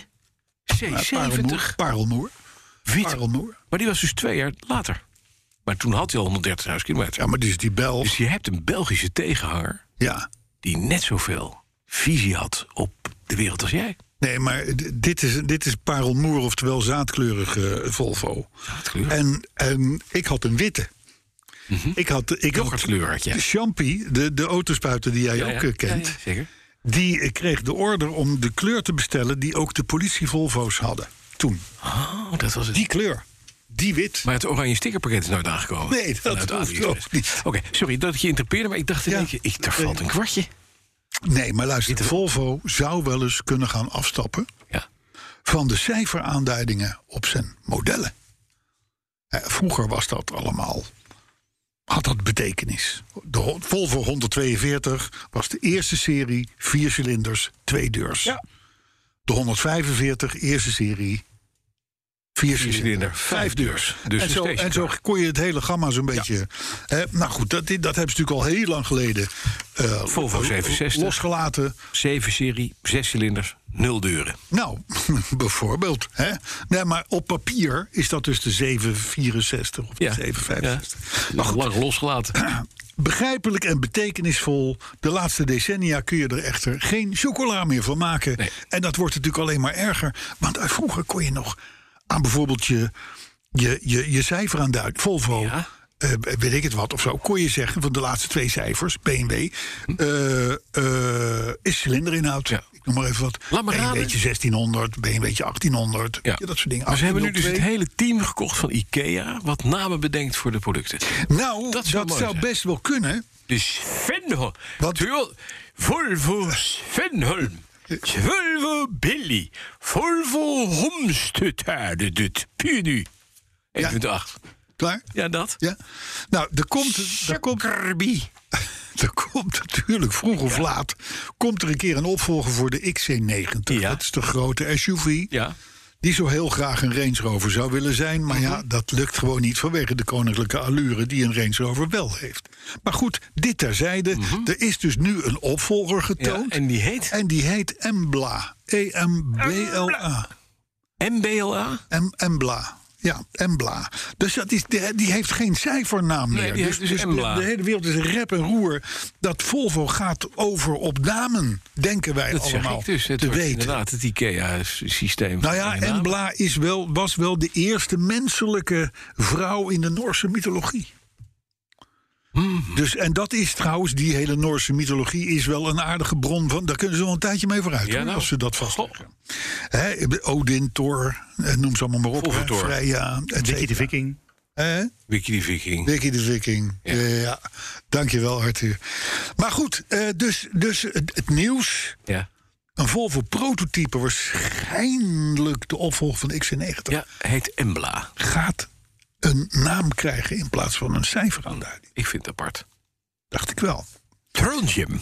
C70. Parelmoer. Wit. Parelmoer. Maar die was dus 2 jaar later. Maar toen had hij al 130.000 kilometer. Ja, maar dit is die Belg. Dus je hebt een Belgische tegenhanger Ja. die net zoveel visie had op de wereld als jij. Nee, maar dit is parelmoer, oftewel zaadkleurige Volvo. Zaadkleur? En ik had een witte. Ik had Yoghurtkleur had jij. de Champy, de autospuiter die jij ook kent. Ja, zeker. Die kreeg de order om de kleur te bestellen die ook de politie Volvo's hadden toen. Oh, dat was het. Die kleur. Die wit. Maar het oranje stickerpakket is nooit aangekomen. Nee, dat Vanuit hoeft AliExpress. ook niet. Oké, sorry dat ik je interpreteerde, maar ik dacht in één keer, er valt een kwartje. Nee, maar luister, Volvo zou wel eens kunnen gaan afstappen Ja. van de cijferaanduidingen op zijn modellen. Vroeger was dat allemaal, had dat betekenis. De Volvo 142 was de eerste serie, 4 cilinders, 2 deurs. Ja. De 145, eerste serie, 4 cilinder, 5 deurs. Dus en, een zo kon je het hele gamma zo'n beetje. Nou goed, dat hebben ze natuurlijk al heel lang geleden Volvo 67. losgelaten. 7 serie, 6 cilinders, 0 deuren. Nou, bijvoorbeeld. Hè? Nee, maar op papier is dat dus de 764 of de 765. Maar goed, lang losgelaten. Begrijpelijk en betekenisvol. De laatste decennia kun je er echter geen chocola meer van maken. Nee. En dat wordt natuurlijk alleen maar erger. Want vroeger kon je nog aan bijvoorbeeld je cijfer aanduiden. Volvo, Ja. weet ik het wat of zo. Kon je zeggen van de laatste 2 cijfers, BMW, is cilinderinhoud. Ja. Ik noem maar even wat. Laat me raden. BMW'tje 1600, BMW'tje 1800. Ja. Dat soort dingen. Maar ze hebben nu dus 1802. het hele team gekocht van IKEA, wat namen bedenkt voor de producten. Nou, Dat dat zou mooi zou zijn. best wel kunnen. Dus Svenholm. Wat? Volvo Svenholm. Volvo Billy. Volvo Homstedtaarde. Dit Punu. 1,8. Klaar? Ja, dat. Ja. Nou, er komt natuurlijk vroeg of laat komt er een keer een opvolger voor de XC90. Ja. Dat is de grote SUV. Ja. Die zo heel graag een Range Rover zou willen zijn. Maar ja, dat lukt gewoon niet vanwege de koninklijke allure die een Range Rover wel heeft. Maar goed, dit terzijde. Er is dus nu een opvolger getoond. En die heet? En die heet Embla. E-M-B-L-A. MBLA? Embla. Ja, Embla. Dus die heeft geen cijfernaam meer. Nee, die heeft dus Embla. De hele wereld is een rep en roer. Dat Volvo gaat over op namen, denken wij Dat allemaal zeg ik dus. Het te wordt weten. inderdaad het IKEA-systeem. Nou ja, Embla was wel de eerste menselijke vrouw in de Noorse mythologie. Dus, en dat is trouwens, die hele Noorse mythologie is wel een aardige bron van. Daar kunnen ze wel een tijdje mee vooruit, Ja, hoor, nou. als ze dat vastleggen. Odin, Thor, noem ze allemaal maar op. Volvo hè, Thor. Freya, Wiki de Viking. Wiki de Viking. Wiki de Viking. Ja. Dankjewel, Arthur. Maar goed, dus het nieuws. Ja. Een Volvo prototype, waarschijnlijk de opvolger van de XC90. Ja, heet Embla. Gaat een naam krijgen in plaats van een cijferaanduiding. Ik vind het apart. Dacht ik wel. Trondheim.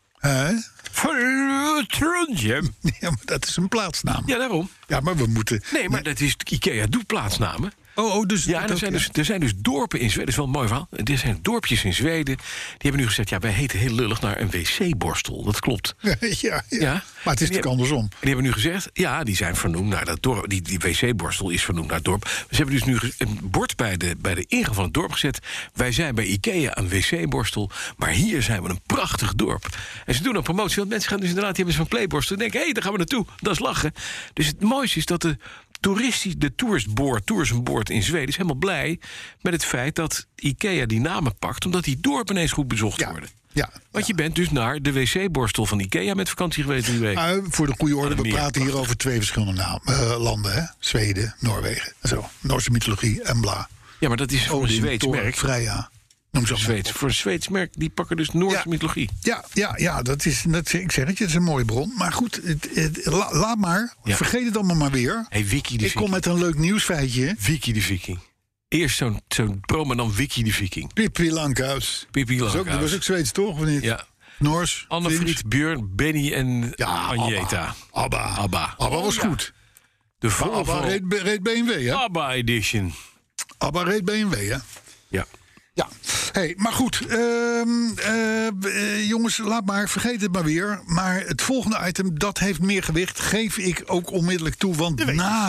Trondheim. Ja, maar dat is een plaatsnaam. Ja, daarom. Ja, maar we moeten... Nee, maar dat is IKEA doet plaatsnamen. Dus Ja, en er zijn dus dorpen in Zweden. Dat is wel een mooi verhaal. Er zijn dorpjes in Zweden. Die hebben nu gezegd, wij heten heel lullig naar een wc-borstel. Dat klopt. Ja. Ja. Maar het is natuurlijk andersom. En die hebben nu gezegd, die zijn vernoemd naar dat dorp. Die wc-borstel is vernoemd naar het dorp. Ze hebben dus nu een bord bij de ingang van het dorp gezet. Wij zijn bij IKEA een wc-borstel, maar hier zijn we een prachtig dorp. En ze doen een promotie, want mensen gaan dus inderdaad... die hebben zo'n playborstel en denken, daar gaan we naartoe. Dat is lachen. Dus het mooiste is dat de Tourism Board in Zweden is helemaal blij met het feit dat IKEA die namen pakt, omdat die dorpen ineens goed bezocht worden. Ja. Want je bent dus naar de wc-borstel van IKEA met vakantie geweest die week. Voor de goede orde, we praten hier over 2 verschillende landen. Hè? Zweden, Noorwegen. Zo. Noorse mythologie en bla. Ja, maar dat is voor een Zweeds merk. Freya. Voor een Zweeds merk, die pakken dus Noorse mythologie. Ja, dat is, ik zeg het is een mooie bron. Maar goed, laat maar. Ja. Vergeet het allemaal maar weer. Hey, Wiki de Ik kom Viking. met een leuk nieuwsfeitje. Wiki de Viking. Eerst zo'n promo en dan Wiki de Viking. Pippi Lankhuis. Pippi Dat Lankhuis. was ook Zweeds, toch? Of niet? Ja. Noors. Annefried, Björn, Benny en Agneta. Abba was goed. De Maar Volvo Abba reed BMW, hè? Abba Edition. Abba reed BMW, hè? Ja. Ja, maar goed. Jongens, laat maar. Vergeet het maar weer. Maar het volgende item, dat heeft meer gewicht. Geef ik ook onmiddellijk toe. Want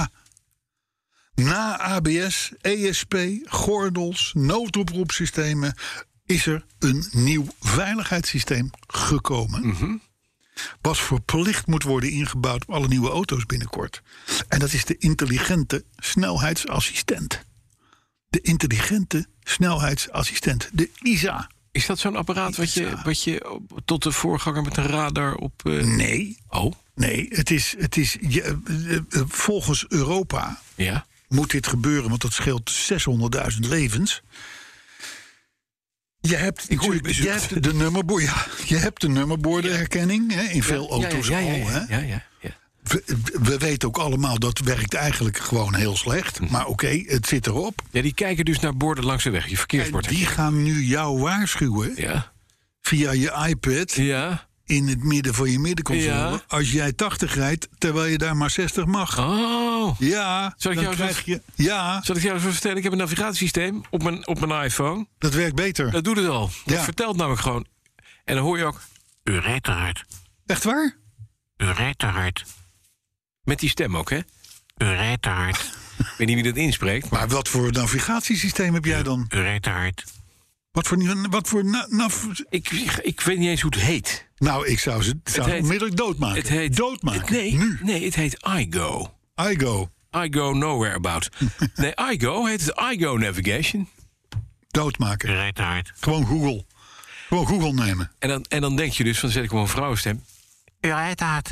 na ABS, ESP, gordels, noodoproepsystemen is er een nieuw veiligheidssysteem gekomen. Wat verplicht moet worden ingebouwd op alle nieuwe auto's binnenkort. En dat is de intelligente snelheidsassistent. De intelligente snelheidsassistent, de ISA. Is dat zo'n apparaat wat je tot de voorganger met een radar op... Nee. Oh? Nee, het is volgens Europa Ja. moet dit gebeuren, want dat scheelt 600.000 levens. Je hebt de nummerboordenherkenning in veel auto's al. Hè? Ja. We weten ook allemaal dat werkt eigenlijk gewoon heel slecht. Maar oké, het zit erop. Ja, die kijken dus naar borden langs de weg, je verkeersbord. En die gaan nu jou waarschuwen via je iPad in het midden van je middenconsole. Ja. Als jij 80 rijdt, terwijl je daar maar 60 mag. Oh. Ja, Zal ik jou eens vertellen? Ik heb een navigatiesysteem op mijn iPhone. Dat werkt beter. Dat doet het al. Dat Ja. vertelt namelijk gewoon. En dan hoor je ook... U rijdt te hard. Echt waar? U rijdt te hard. Met die stem ook, hè? U rijdt te hard. Ik weet niet wie dat inspreekt. Maar wat voor navigatiesysteem heb jij dan? U rijdt te hard. Wat voor Ik weet niet eens hoe het heet. Nou, ik zou ze onmiddellijk doodmaken. Het heet... Doodmaken. Nu. Nee, het heet iGo. iGo. I go nowhere about. Nee, iGo heet het iGo Navigation. Doodmaken. U rijdt te hard. Gewoon Google. Gewoon Google nemen. En dan denk je dus, van zet ik gewoon een vrouwenstem. U rijdt te hard.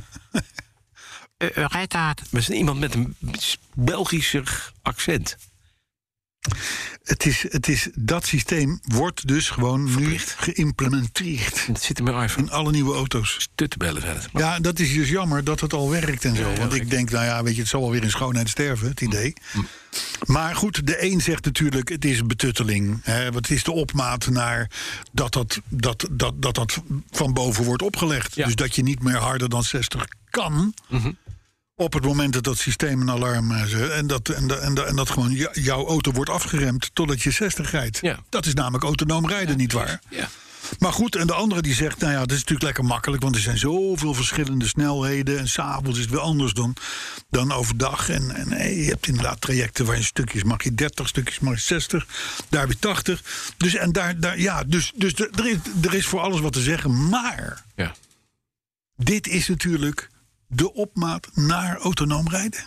U rijdt te hard. Maar het is iemand met een Belgischer accent. Het is, dat systeem wordt dus gewoon Verplicht. nu geïmplementeerd. Het zit in mijn iPhone. In alle nieuwe auto's. Stuttenbellen zijn het. Maar Ja, dat is dus jammer dat het al werkt en zo. Ja, Want ik denk, weet je, het zal wel weer in schoonheid sterven, het idee. Maar goed, de een zegt natuurlijk, het is een betutteling. Het is de opmaat naar dat van boven wordt opgelegd. Ja. Dus dat je niet meer harder dan 60 kan. Op het moment dat dat systeem een alarm... En dat gewoon jouw auto wordt afgeremd totdat je 60 rijdt. Ja. Dat is namelijk autonoom rijden, nietwaar? ja. Maar goed, en de andere die zegt... dat is natuurlijk lekker makkelijk... want er zijn zoveel verschillende snelheden... en s'avonds is het weer anders dan overdag. En je hebt inderdaad trajecten waar je stukjes mag je 30, stukjes mag je 60... daar weer 80. Dus, en dus er is voor alles wat te zeggen. Maar Ja. dit is natuurlijk de opmaat naar autonoom rijden.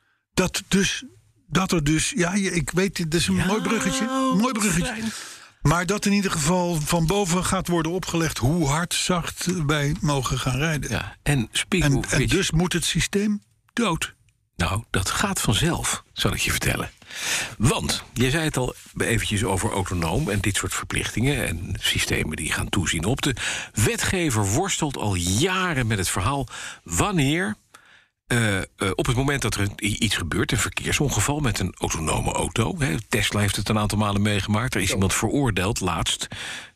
Ik weet, het is een mooi bruggetje. Mooi bruggetje. fijn. Maar dat in ieder geval van boven gaat worden opgelegd hoe hard, zacht wij mogen gaan rijden. Ja. En speaking of En which, dus moet het systeem dood. Nou, dat gaat vanzelf, zal ik je vertellen. Want, je zei het al eventjes over autonoom en dit soort verplichtingen en systemen die gaan toezien op. De wetgever worstelt al jaren met het verhaal wanneer Op het moment dat er iets gebeurt, een verkeersongeval met een autonome auto. Tesla heeft het een aantal malen meegemaakt. Er is iemand veroordeeld laatst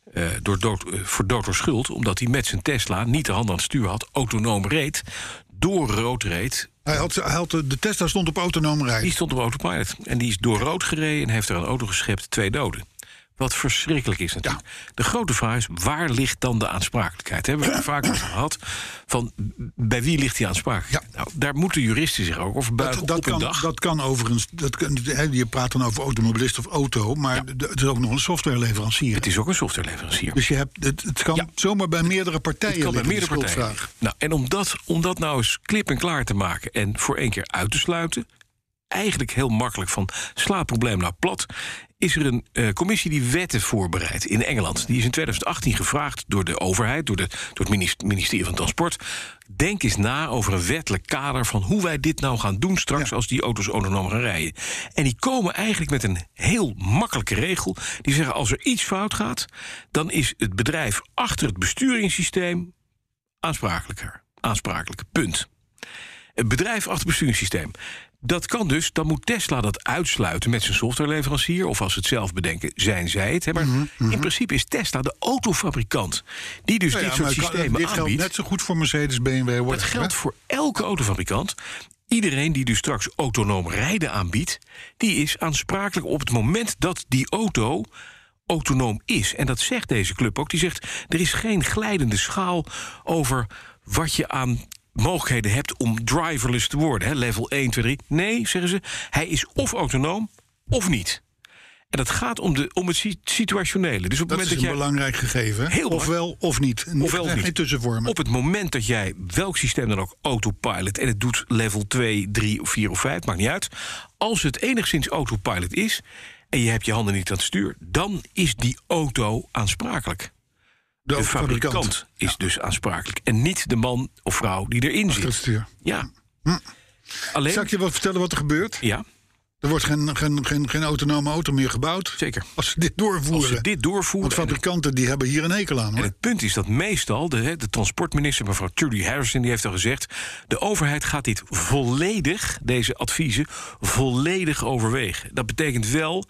voor dood door schuld, omdat hij met zijn Tesla niet de hand aan het stuur had, autonoom reed, door rood reed. De Tesla stond op autonoom rijden. Die stond op autopilot en die is door rood gereden en heeft er een auto geschept, 2 doden. Wat verschrikkelijk is natuurlijk. Ja. De grote vraag is, waar ligt dan de aansprakelijkheid? Hebben we het vaak over gehad van bij wie ligt die aansprakelijkheid? Ja. Nou, daar moeten juristen zich ook over buigen op een dag. Dat kan overigens. Je praat dan over automobilist of auto, maar het is ook nog een softwareleverancier. Het is ook een softwareleverancier. Dus het kan zomaar bij meerdere partijen. Het kan bij meerdere partijen. Nou, en om dat nou eens klip en klaar te maken en voor 1 keer uit te sluiten, eigenlijk heel makkelijk van sla het probleem nou plat, is er een commissie die wetten voorbereidt in Engeland. Die is in 2018 gevraagd door de overheid, door het ministerie van Transport. Denk eens na over een wettelijk kader van hoe wij dit nou gaan doen straks als die auto's autonoom gaan rijden. En die komen eigenlijk met een heel makkelijke regel. Die zeggen, als er iets fout gaat, dan is het bedrijf achter het besturingssysteem aansprakelijk. Punt. Het bedrijf achter het besturingssysteem. Dat kan dus, dan moet Tesla dat uitsluiten met zijn softwareleverancier, of als ze het zelf bedenken, zijn zij het. Maar in principe is Tesla de autofabrikant die dus dit soort systemen aanbiedt. Dit geldt net zo goed voor Mercedes, BMW. Dat geldt voor elke autofabrikant. Iedereen die dus straks autonoom rijden aanbiedt, die is aansprakelijk op het moment dat die auto autonoom is. En dat zegt deze club ook. Die zegt, er is geen glijdende schaal over wat je aan mogelijkheden hebt om driverless te worden. Level 1, 2, 3. Nee, zeggen ze, hij is of autonoom of niet. En dat gaat om het situationele. Dus op het moment is een belangrijk gegeven. Heel ofwel of niet. Ofwel of niet. Geen tussenvormen. Op het moment dat jij welk systeem dan ook autopilot en het doet level 2, 3 of 4 of 5, maakt niet uit. Als het enigszins autopilot is en je hebt je handen niet aan het stuur, dan is die auto aansprakelijk. De fabrikant is dus aansprakelijk. En niet de man of vrouw die erin zit. Het stuur. Ja. Alleen, zal ik je wat vertellen wat er gebeurt? Ja. Er wordt geen autonome auto meer gebouwd. Zeker. Als ze dit doorvoeren. Want fabrikanten die hebben hier een hekel aan. Hoor. En het punt is dat meestal de transportminister, mevrouw Trudy Harrison, die heeft al gezegd, de overheid gaat dit volledig, deze adviezen, volledig overwegen. Dat betekent wel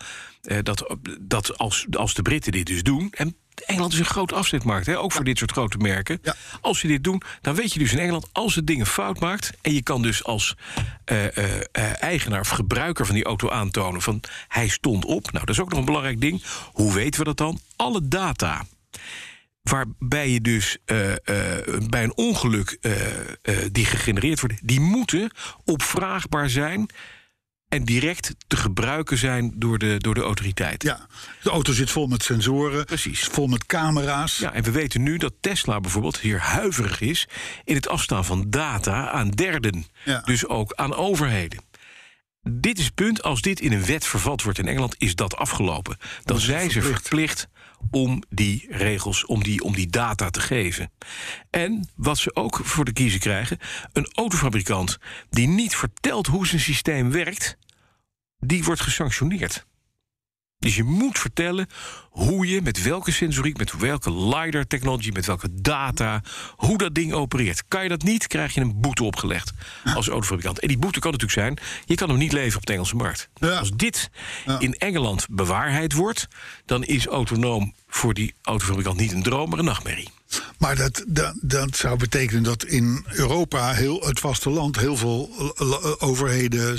dat als de Britten dit dus doen, en Engeland is een grote afzetmarkt, ook voor dit soort grote merken. Ja. Als ze dit doen, dan weet je dus in Engeland, als het ding een fout maakt, en je kan dus als eigenaar of gebruiker van die auto aantonen van hij stond op. Nou, dat is ook nog een belangrijk ding. Hoe weten we dat dan? Alle data waarbij je dus bij een ongeluk die gegenereerd worden, die moeten opvraagbaar zijn en direct te gebruiken zijn door de autoriteit. Ja, de auto zit vol met sensoren. Precies. Vol met camera's. Ja, en we weten nu dat Tesla bijvoorbeeld hier huiverig is in het afstaan van data aan derden. Ja. Dus ook aan overheden. Dit is het punt. Als dit in een wet vervat wordt in Engeland, is dat afgelopen. Dan zijn ze verplicht om die regels, om die data te geven. En wat ze ook voor de kiezer krijgen, een autofabrikant die niet vertelt hoe zijn systeem werkt, die wordt gesanctioneerd. Dus je moet vertellen hoe je, met welke sensoriek, met welke LiDAR technology, met welke data, hoe dat ding opereert. Kan je dat niet, krijg je een boete opgelegd als autofabrikant. En die boete kan natuurlijk zijn, je kan hem niet leveren op de Engelse markt. Ja. Als dit in Engeland bewaarheid wordt, dan is autonoom voor die autofabrikant niet een droom, maar een nachtmerrie. Maar dat zou betekenen dat in Europa, het vasteland, heel veel overheden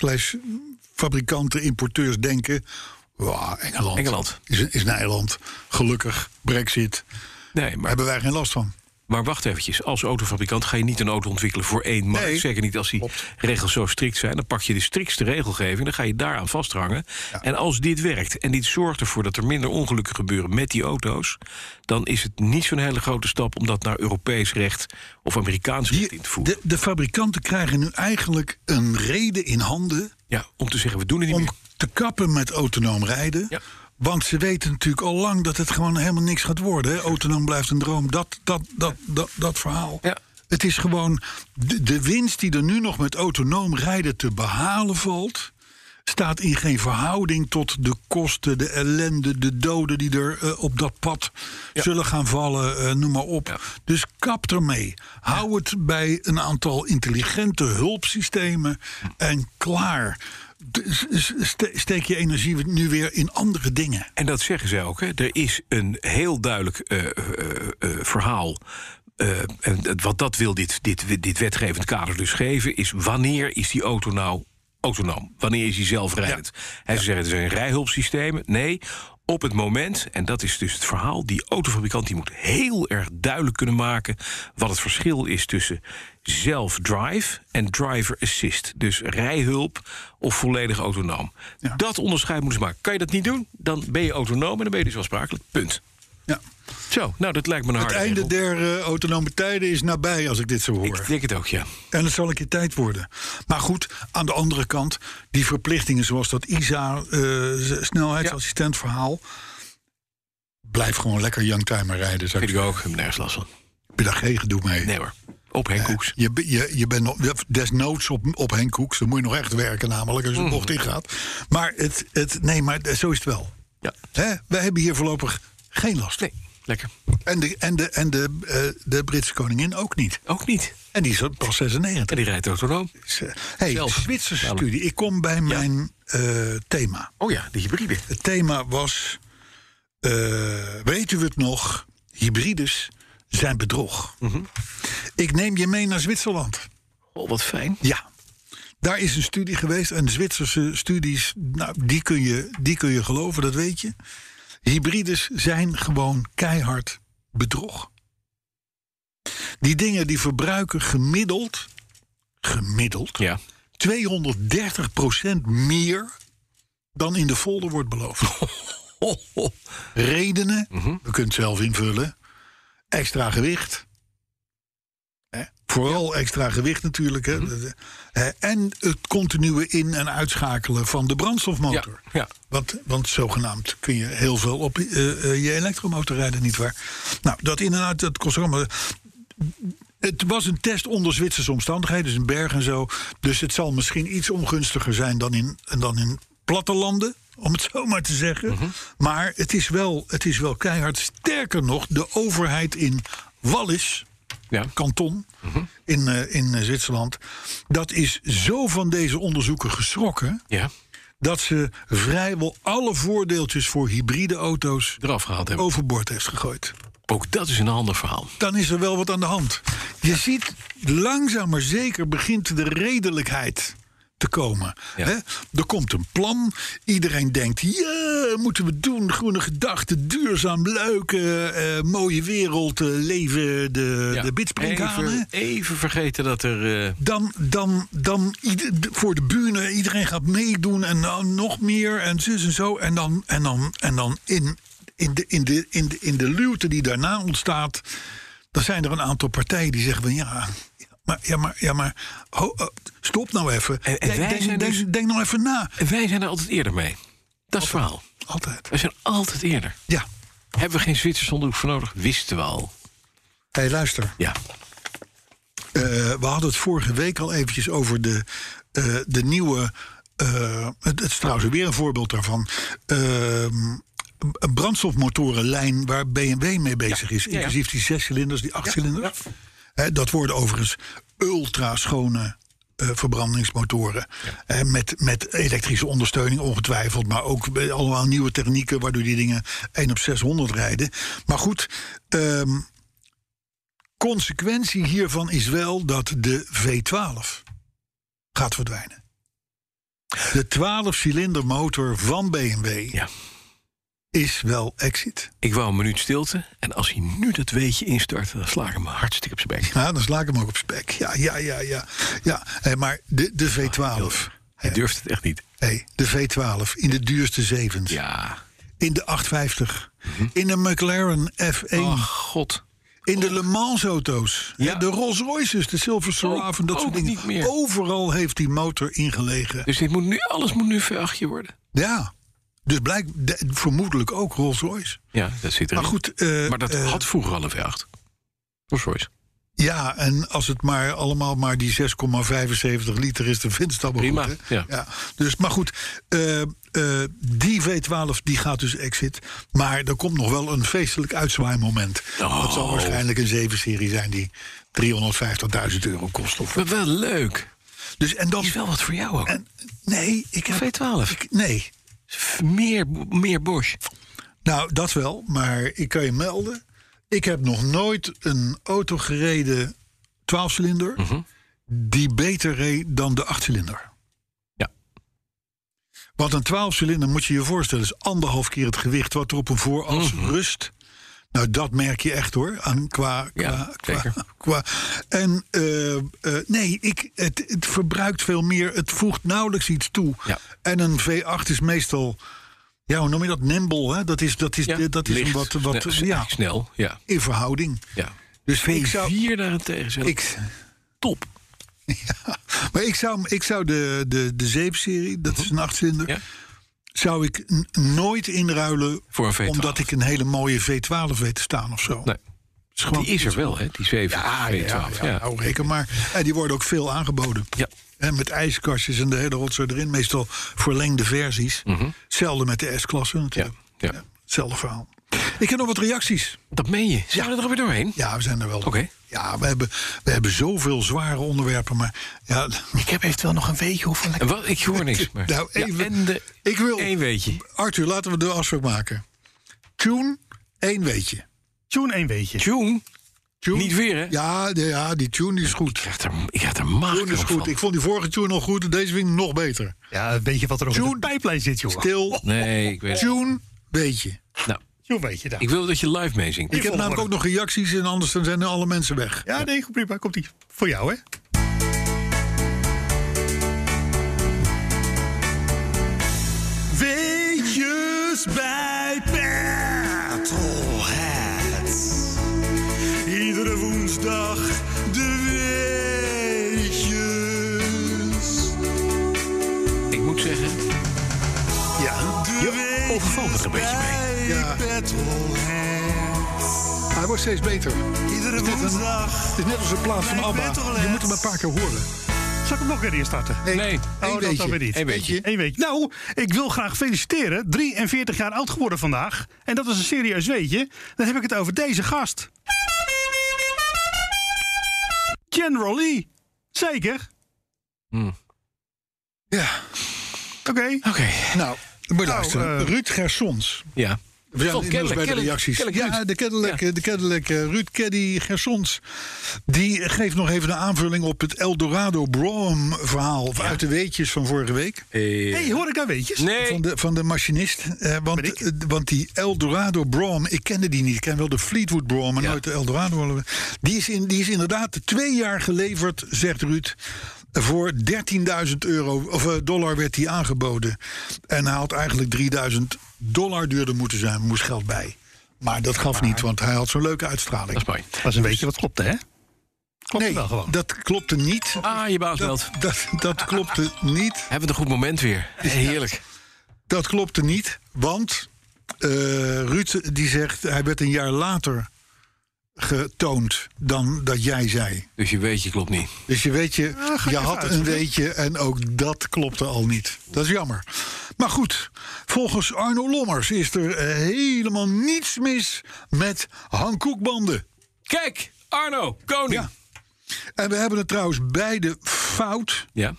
/ fabrikanten, importeurs denken, wow, Engeland. Is Nederland. Gelukkig, Brexit. Nee, maar hebben wij geen last van. Maar wacht eventjes, als autofabrikant ga je niet een auto ontwikkelen voor één markt. Nee. Zeker niet als die regels zo strikt zijn. Dan pak je de striktste regelgeving, dan ga je daaraan vasthangen. Ja. En als dit werkt en dit zorgt ervoor dat er minder ongelukken gebeuren met die auto's, dan is het niet zo'n hele grote stap om dat naar Europees recht of Amerikaans recht in te voeren. De fabrikanten krijgen nu eigenlijk een reden in handen. Ja, om te zeggen, we doen het niet meer. Te kappen met autonoom rijden. Ja. Want ze weten natuurlijk al lang dat het gewoon helemaal niks gaat worden. Hè? Autonoom blijft een droom. Dat verhaal. Ja. Het is gewoon de winst die er nu nog met autonoom rijden te behalen valt. staat in geen verhouding tot de kosten, de ellende, de doden die er op dat pad zullen gaan vallen, noem maar op. Ja. Dus kap ermee. Hou het bij een aantal intelligente hulpsystemen en klaar. Steek je energie nu weer in andere dingen. En dat zeggen zij ook. Hè. Er is een heel duidelijk verhaal. En wat dat wil dit wetgevend kader dus geven, is wanneer is die auto nou autonoom? Wanneer is hij zelfrijdend? Ze zeggen, er zijn rijhulpsystemen. Nee, op het moment, en dat is dus het verhaal, die autofabrikant die moet heel erg duidelijk kunnen maken wat het verschil is tussen self-drive en driver assist. Dus rijhulp of volledig autonoom. Ja. Dat onderscheid moeten ze maken. Kan je dat niet doen, dan ben je autonoom en dan ben je dus welsprakelijk. Punt. Ja. Zo, nou, dat lijkt me een harde Het einde der autonome tijden is nabij, als ik dit zo hoor. Ik denk het ook, ja. En het zal een keer tijd worden. Maar goed, aan de andere kant, die verplichtingen zoals dat ISA, snelheidsassistent verhaal, blijf gewoon lekker youngtimer rijden. Vind ik ook, ik heb nergens last van. Heb je daar geen gedoe mee? Nee hoor, op Henk Koeks. Je bent nog, desnoods op Henk Koeks, dan moet je nog echt werken namelijk, als je de bocht ingaat. Maar, maar zo is het wel. Ja. Wij hebben hier voorlopig geen last. Nee, lekker. En de Britse koningin ook niet. Ook niet. En die is pas 96. En die rijdt autonoom. De Zwitserse studie. Ik kom bij mijn thema. Oh ja, de hybride. Het thema was, weten we het nog, hybrides zijn bedrog. Mm-hmm. Ik neem je mee naar Zwitserland. Oh, wat fijn. Ja. Daar is een studie geweest. En Zwitserse studies, nou, die kun je geloven, dat weet je. Hybrides zijn gewoon keihard bedrog. Die dingen die verbruiken gemiddeld 230% meer dan in de folder wordt beloofd. Redenen, we kunnen het zelf invullen. Extra gewicht. Vooral extra gewicht natuurlijk. En het continue in- en uitschakelen van de brandstofmotor. Ja. Want zogenaamd kun je heel veel op je elektromotor rijden, nietwaar? Nou, dat in en uit, dat kost allemaal. Het was een test onder Zwitserse omstandigheden, dus in bergen en zo. Dus het zal misschien iets ongunstiger zijn dan in plattelanden, om het zo maar te zeggen. Mm-hmm. Maar het is wel keihard. Sterker nog, de overheid in Wallis, kanton, in Zwitserland, dat is zo van deze onderzoeken geschrokken, dat ze vrijwel alle voordeeltjes voor hybride auto's eraf gehaald hebben, overboord heeft gegooid. Ook dat is een ander verhaal. Dan is er wel wat aan de hand. Je ziet, langzaam maar zeker begint de redelijkheid te komen. Ja. Er komt een plan. Iedereen denkt, moeten we doen. Groene gedachten, duurzaam, leuk, mooie wereld, leven de bitsprinkhanen. Even vergeten dat er... Dan voor de bühne, iedereen gaat meedoen en nog meer en zus en zo. En dan in de luwte die daarna ontstaat, dan zijn er een aantal partijen die zeggen van maar stop nou even. Denk nou even na. En wij zijn er altijd eerder mee. Dat is het verhaal. Altijd. We zijn altijd eerder. Ja. Hebben we geen Zwitsers onderzoek voor nodig? Wisten we al. Hé, luister. Ja. We hadden het vorige week al eventjes over de nieuwe. Het is trouwens weer een voorbeeld daarvan. Een brandstofmotorenlijn waar BMW mee bezig is. Inclusief die 6 cilinders, die 8 cilinders. Dat worden overigens ultra schone verbrandingsmotoren. Ja. Met elektrische ondersteuning ongetwijfeld. Maar ook allemaal nieuwe technieken waardoor die dingen 1 op 600 rijden. Maar goed, consequentie hiervan is wel dat de V12 gaat verdwijnen. De 12-cilinder motor van BMW is wel exit. Ik wou een minuut stilte. En als hij nu dat weetje instart, dan sla ik hem hartstikke op zijn bek. Ja, dan sla ik hem ook op zijn bek. Ja. Maar de V12... Hij durft het echt niet. De V12 in de duurste zevens. Ja. In de 850. In de McLaren F1. Oh, god. In de Le Mans auto's. Ja. De Rolls Royces, de Silver Seraph en dat soort dingen. Niet meer. Overal heeft die motor ingelegen. Dus alles moet nu V8 worden. Ja. Dus vermoedelijk ook Rolls Royce. Ja, dat zit erin. Maar goed, maar dat had vroeger al een V8. Rolls Royce. Ja, en als het maar allemaal maar die 6,75 liter is, dan vindt het allemaal Prima, goed. Hè? ja. Dus, maar goed, die V12 die gaat dus exit. Maar er komt nog wel een feestelijk uitzwaaimoment. Dat zal waarschijnlijk een 7-serie zijn die €350.000 kost. Of Maar wel leuk. dus, en dan, Is wel wat voor jou ook. nee, ik heb... V12. Nee, Meer Bosch. nou dat wel, maar ik kan je melden. Ik heb nog nooit een auto gereden, 12-cilinder... die beter reed dan de 8-cilinder. Ja. Want een 12-cilinder, moet je je voorstellen... is 1,5 keer het gewicht wat er op een vooras rust. Nou, dat merk je echt hoor. En nee, het verbruikt veel meer. Het voegt nauwelijks iets toe. Ja. En een V8 is meestal... Ja, hoe noem je dat? Nimble, hè? Dat is Licht, een wat snel, ja. in verhouding. Ja. Dus V4 daarentegen zelf. Top. Ja, maar ik zou de 7-serie, dat is een 8-cilinder... Ja. zou ik nooit inruilen... Voor een V12. omdat ik een hele mooie V12 weet te staan of zo. Nee. Is gewoon Die is er wel, hè? Die 7 V12. Ja. Nou, reken maar. En die worden ook veel aangeboden. Ja. En met ijskastjes en de hele rotzooi erin. Meestal verlengde versies. Hetzelfde met de S-klasse natuurlijk. Ja. Hetzelfde verhaal. Ik heb nog wat reacties. Dat meen je. Zijn we er alweer doorheen? Ja, we zijn er wel. Oké. Ja, we hebben zoveel zware onderwerpen. Maar ja, Ik heb eventueel nog een weetje hoeveel lekker... Wat? Ik hoor niks meer. Nou, even- Ja, ik wil... één weetje. Arthur, laten we de afspraak maken. Tune, 1 weetje. Tune, 1 weetje. Tune? Tune. Niet weer, hè? Ja, die tune die is goed. Ik krijg er mager Tune is goed. van. Ik vond die vorige tune nog goed. Deze vind ik nog beter. Ja, weet je wat er nog in Tune. de pijplijn zit, jongen? Stil. Nee, ik weet het. Tune, beetje. Nou, Tune weet je dan. ik wil dat je live meezingt. Ik heb namelijk ook nog reacties en anders dan zijn er alle mensen weg. Ja, nee, goed, prima. Komt-ie. Voor jou, hè? Weetjes bij Petrolhead. Iedere woensdag de weetjes. Ik moet zeggen, Ja. je overvalt er een beetje mee. Ja. Hij wordt steeds beter. Iedere Het woensdag. is net als een plaat van ABBA. Je moet hem een paar keer horen. Zal ik hem nog weer eerstarten? Nee. Oh, dat dan weer niet. Eén weetje. Eén weetje. Nou, ik wil graag feliciteren. 43 jaar oud geworden vandaag. En dat is een serieus weetje. Dan heb ik het over deze gast. General Lee. Zeker? Ja. Oké. Oké. Nou, moet je luisteren. Ruud Gersons. Ja. We zijn inmiddels bij de reacties. Ja, de Cadillac Ruud Caddy Gersons. Die geeft nog even een aanvulling op het Eldorado Brougham verhaal. Uit de weetjes van vorige week. Hey, hoor ik daar weetjes? Nee. Van de machinist. Want die Eldorado Brougham, ik kende die niet. Ik ken wel de Fleetwood Brougham, maar nooit de Eldorado. Die is inderdaad 2 jaar geleverd, zegt Ruud. Voor €13.000 of dollar werd hij aangeboden. En hij had eigenlijk $3.000 duurder moeten zijn. Moest geld bij. Maar dat gaf niet, want hij had zo'n leuke uitstraling. Dat is mooi. Dat is een weetje wat klopte, hè? Klopt Nee, wel gewoon. dat klopte niet. Ah, je baas belt. Dat klopte niet. Hebben we een goed moment weer. Heerlijk. Dat klopte niet, want Ruud die zegt... hij werd een jaar later getoond dan dat jij zei. Dus je weet, je klopt niet. Dus je weet je had een weetje en ook dat klopte al niet. Dat is jammer. Maar goed, volgens Arno Lommers is er helemaal niets mis met hangkoekbanden. Kijk, Arno, koning. Ja. En we hebben het trouwens beide fout. Ja.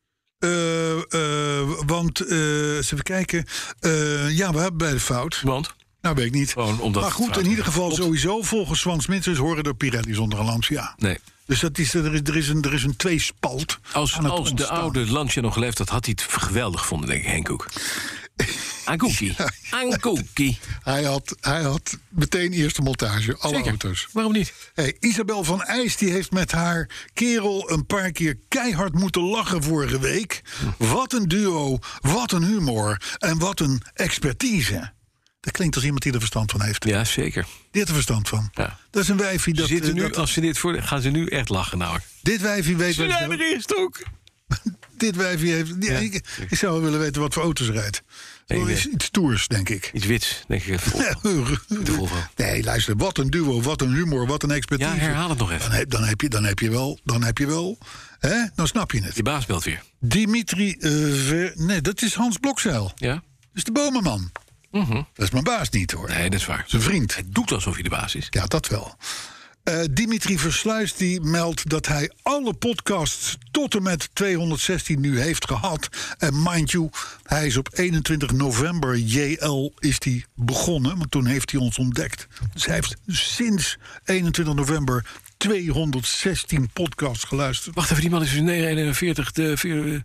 Want, eens even kijken. Ja, we hebben beide fout. Want? Nou, weet ik niet. Gewoon omdat maar het goed, fout in ieder is. geval Klopt. sowieso volgens Swan Smithers horen er Pirelli zonder een Lancia. Nee. Dus er is een tweespalt. Als aan het de ontstaan. oude Lancia nog geleefd had, had hij het geweldig gevonden, denk ik, Henk Koek. Aankoekie. Aankoekie. Hij had meteen eerste montage, alle Zeker. auto's. Waarom niet? Hey, Isabel van IJs die heeft met haar kerel een paar keer keihard moeten lachen vorige week. Wat een duo, wat een humor en wat een expertise. Dat klinkt als iemand die er verstand van heeft. Ja, zeker. Die heeft er verstand van. Ja. Dat is een wijfie dat... Als ze dit voor, gaan ze nu echt lachen, nou. dit wijfie weet... Ze zijn er eerst ook. dit wijfje heeft... Ja, ik zou wel willen weten wat voor auto's rijdt. Zo is iets stoers, denk ik. Iets wits, denk ik. Nee, luister, wat een duo, wat een humor, wat een expertise. Ja, herhaal het nog even. Dan heb je wel, hè? Dan snap je het. Die baas belt weer. Dimitri, nee, dat is Hans Blokzeil. Ja? Dat is de bomenman. Dat is mijn baas niet, hoor. Nee, dat is waar. Zijn vriend. Hij doet alsof hij de baas is. Ja, dat wel. Dimitri Versluis die meldt dat hij alle podcasts tot en met 216 nu heeft gehad. En mind you, hij is op 21 november JL is die begonnen. Want toen heeft hij ons ontdekt. Dus hij heeft sinds 21 november 216 podcasts geluisterd. Wacht even, die man is dus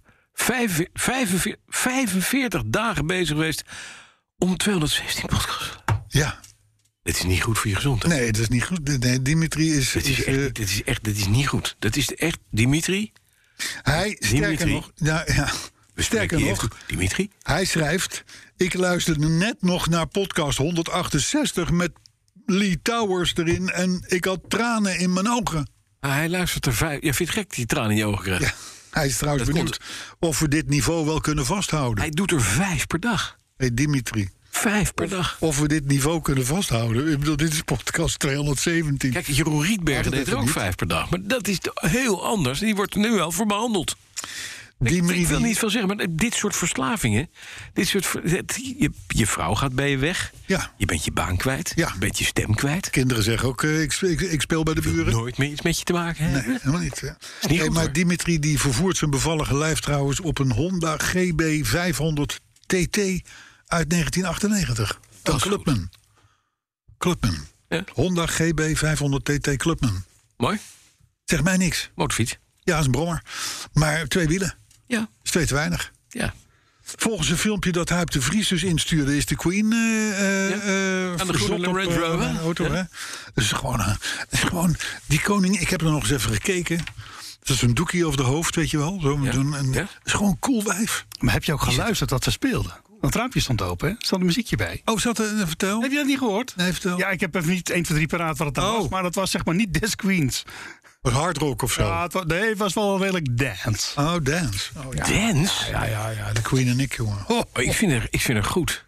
45 dagen bezig geweest om 216 podcasts. Ja. Dit is niet goed voor je gezondheid. Nee, dat is niet goed. Nee, Dimitri is... Dit is niet goed. Dat is echt... Dimitri? Sterker nog... Sterker nog, Dimitri? Hij schrijft... Ik luisterde net nog naar podcast 168 met Lee Towers erin... en ik had tranen in mijn ogen. Hij luistert er 5... Ja, vind je het gek die tranen in je ogen krijgt? Ja, hij is trouwens benieuwd of we dit niveau wel kunnen vasthouden. Hij doet er 5 per dag. Hey, Dimitri. 5 per dag. Of we dit niveau kunnen vasthouden. Ik bedoel, dit is podcast 217. Kijk, Jeroen Rietbergen deed er ook 5 per dag. Maar dat is heel anders. Die wordt er nu wel voor behandeld. Ik wil niet veel zeggen, maar dit soort verslavingen... Je vrouw gaat bij je weg. Ja. Je bent je baan kwijt. Ja. Je bent je stem kwijt. Kinderen zeggen ook, ik speel bij de buren. Nooit meer iets met je te maken hebben. Nee, helemaal niet. Ja. Is niet goed, maar hoor. Dimitri die vervoert zijn bevallige lijf trouwens... op een Honda GB 500 TT uit 1998. Dat is Clubman. Ja. Honda GB 500 TT Clubman. Mooi. Zeg mij niks. Motorfiets. Ja, is een brommer. Maar 2 wielen. Ja. Is 2 te weinig. Ja. Volgens een filmpje dat Huip de Vries dus instuurde... is de Queen Aan de groene Range Rover. Auto, Ja. hè? Dus gewoon die koning... Ik heb er nog eens even gekeken. Dat is een doekie over de hoofd, weet je wel. Het is gewoon een cool wijf. Maar heb je ook geluisterd dat ze speelden? Dat raampje stond open, hè? Er stond een muziekje bij. Oh, vertel. Heb je dat niet gehoord? Nee, vertel. Ja, ik heb even niet 1, 2, 3 paraat wat het dan was. Maar dat was zeg maar niet Des Queens. Was hard rock of zo? Ja, het was wel redelijk dance. Oh, dance. Oh, ja. Dance? Ja, de Queen en ik, jongen. Oh, ik vind haar goed.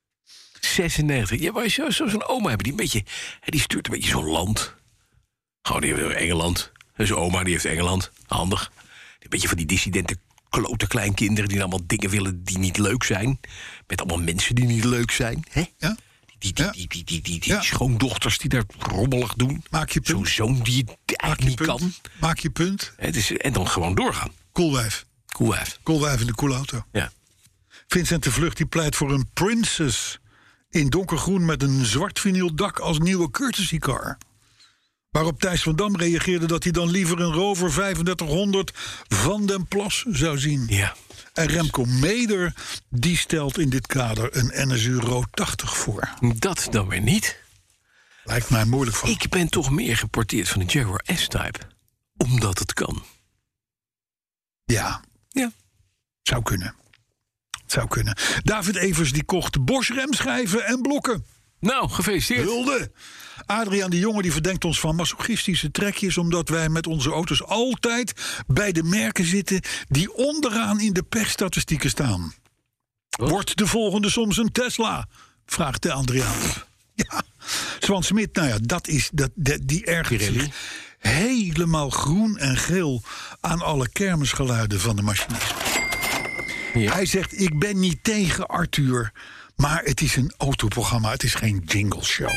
96. Ja, maar zo'n oma hebben die een beetje... Die stuurt een beetje zo'n land. Gewoon, die heeft Engeland. Zijn oma, die heeft Engeland. Handig. Een beetje van die dissidente klote kleinkinderen... die allemaal dingen willen die niet leuk zijn. Met allemaal mensen die niet leuk zijn. Hè? Ja? Die schoondochters die daar rommelig doen. Maak je punt. Zo'n zoon die het eigenlijk niet kan. Maak je punt. En dan gewoon doorgaan. Cool wijf. Cool wijf in de coole auto. Ja. Vincent de Vlucht die pleit voor een Princess... in donkergroen met een zwart vinyl dak als nieuwe courtesy car. Waarop Thijs van Dam reageerde dat hij dan liever een Rover 3500 van den Plas zou zien. Ja. En Remco Meder die stelt in dit kader een NSU Road 80 voor. Dat dan weer niet. Lijkt mij moeilijk van. Ik ben toch meer geporteerd van de Jaguar S-Type. Omdat het kan. Ja. Zou kunnen. David Evers die kocht Bosch remschijven en blokken. Nou, gefeliciteerd. Hulde. Adriaan de Jonge die verdenkt ons van masochistische trekjes... omdat wij met onze auto's altijd bij de merken zitten... die onderaan in de pechstatistieken staan. Wat? Wordt de volgende soms een Tesla? Vraagt de Adriaan. Ja. Swan Smit, nou ja, die ergert zich helemaal groen en geel... aan alle kermisgeluiden van de machinist. Ja. Hij zegt, ik ben niet tegen Arthur... maar het is een autoprogramma, het is geen jingle show.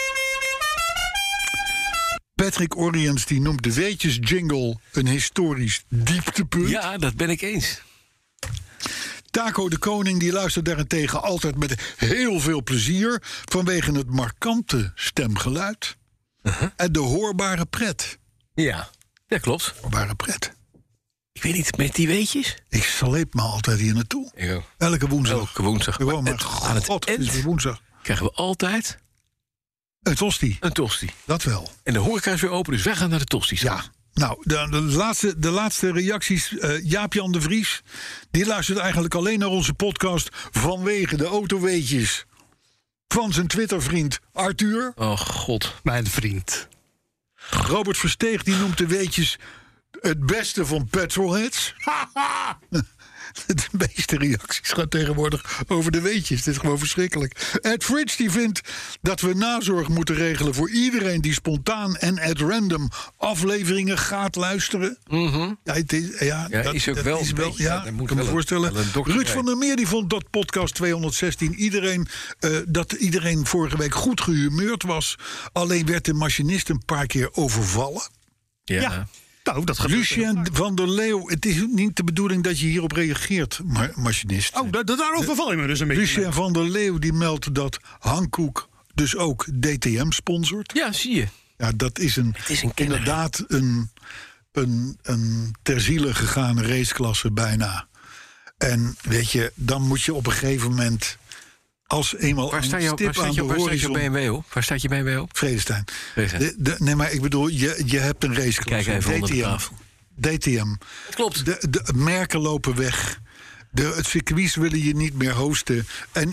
Patrick Oriens die noemt de Weetjes jingle een historisch dieptepunt. Ja, dat ben ik eens. Taco de Koning die luistert daarentegen altijd met heel veel plezier... vanwege het markante stemgeluid en de hoorbare pret. Ja, dat klopt. Hoorbare pret. Ik weet niet, met die weetjes? Ik sleep me altijd hier naartoe. Ik ook. Elke woensdag. Elke woensdag. Gewoon maar Aan het God, eind het is woensdag. krijgen we altijd Een tosti, een tosti. dat wel. En de horeca is weer open, dus wij gaan naar de tosti's. Ja. Nou, de laatste reacties. Jaap-Jan de Vries, die luistert eigenlijk alleen naar onze podcast... vanwege de autoweetjes van zijn Twittervriend Arthur. Oh, god. Mijn vriend. Robert Versteeg die noemt de weetjes Het beste van petrolheads. De meeste reacties gaan tegenwoordig over de weetjes. Dit is gewoon verschrikkelijk. Ed Fritz die vindt dat we nazorg moeten regelen voor iedereen die spontaan en at random afleveringen gaat luisteren. Mm-hmm. Ja, dat is ook wel. Ja, ik kan me voorstellen. Ruud van der Meer die vond dat podcast 216 dat iedereen vorige week goed gehumeurd was. Alleen werd de machinist een paar keer overvallen. Ja. Nou, dat gebeurt. Lucien van der Leeuw, het is niet de bedoeling dat je hierop reageert, machinist. Oh, daarover val je me dus een beetje. Lucien van der Leeuw die meldt dat Hankook dus ook DTM sponsort. Ja, zie je. Ja, dat is inderdaad een ter ziele gegane raceklasse bijna. En weet je, dan moet je op een gegeven moment als eenmaal Waar staat je BMW op? Waar staat je BMW op? Vredestein. Nee, maar ik bedoel, je hebt een raceklasse. Kijk even onder de tafel. DTM. Klopt. De merken lopen weg. Het circuits willen je niet meer hosten.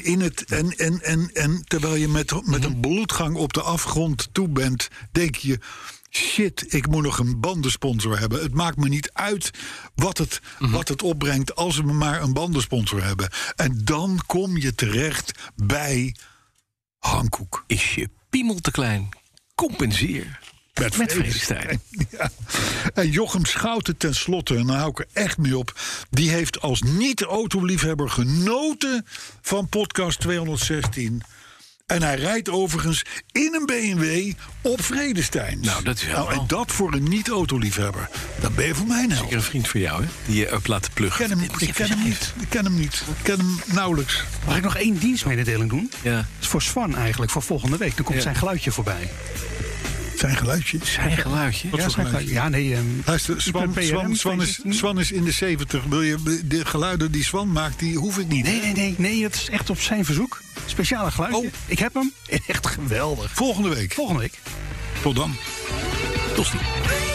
En terwijl je met een bloedgang op de afgrond toe bent, denk je, shit, ik moet nog een bandensponsor hebben. Het maakt me niet uit wat het opbrengt als we maar een bandensponsor hebben. En dan kom je terecht bij Hankook. Is je piemel te klein? Compenseer. Met Vredestein. Ja. En Jochem Schouten tenslotte, en daar hou ik er echt mee op, die heeft als niet-autoliefhebber genoten van podcast 216. En hij rijdt overigens in een BMW op Vredestein. Nou, dat is helemaal. En dat voor een niet-autoliefhebber. Dat ben je voor mij nou. Zeker een vriend van jou, hè? Die je ook laat pluggen. Ik ken hem niet. Ik ken hem nauwelijks. Mag ik nog 1 dienstmededeling doen? Ja. Dat is voor Swan eigenlijk, voor volgende week. Dan komt zijn geluidje voorbij. Zijn geluidje? Zijn geluidje? Wat voor geluidje? Ja, nee. Luister, Swan is in de 70. Wil je de geluiden die Swan maakt, die hoef ik niet. Nee, het is echt op zijn verzoek. Speciale geluidje. Oh. Ik heb hem. Echt geweldig. Volgende week. Tot dan. Tot ziens.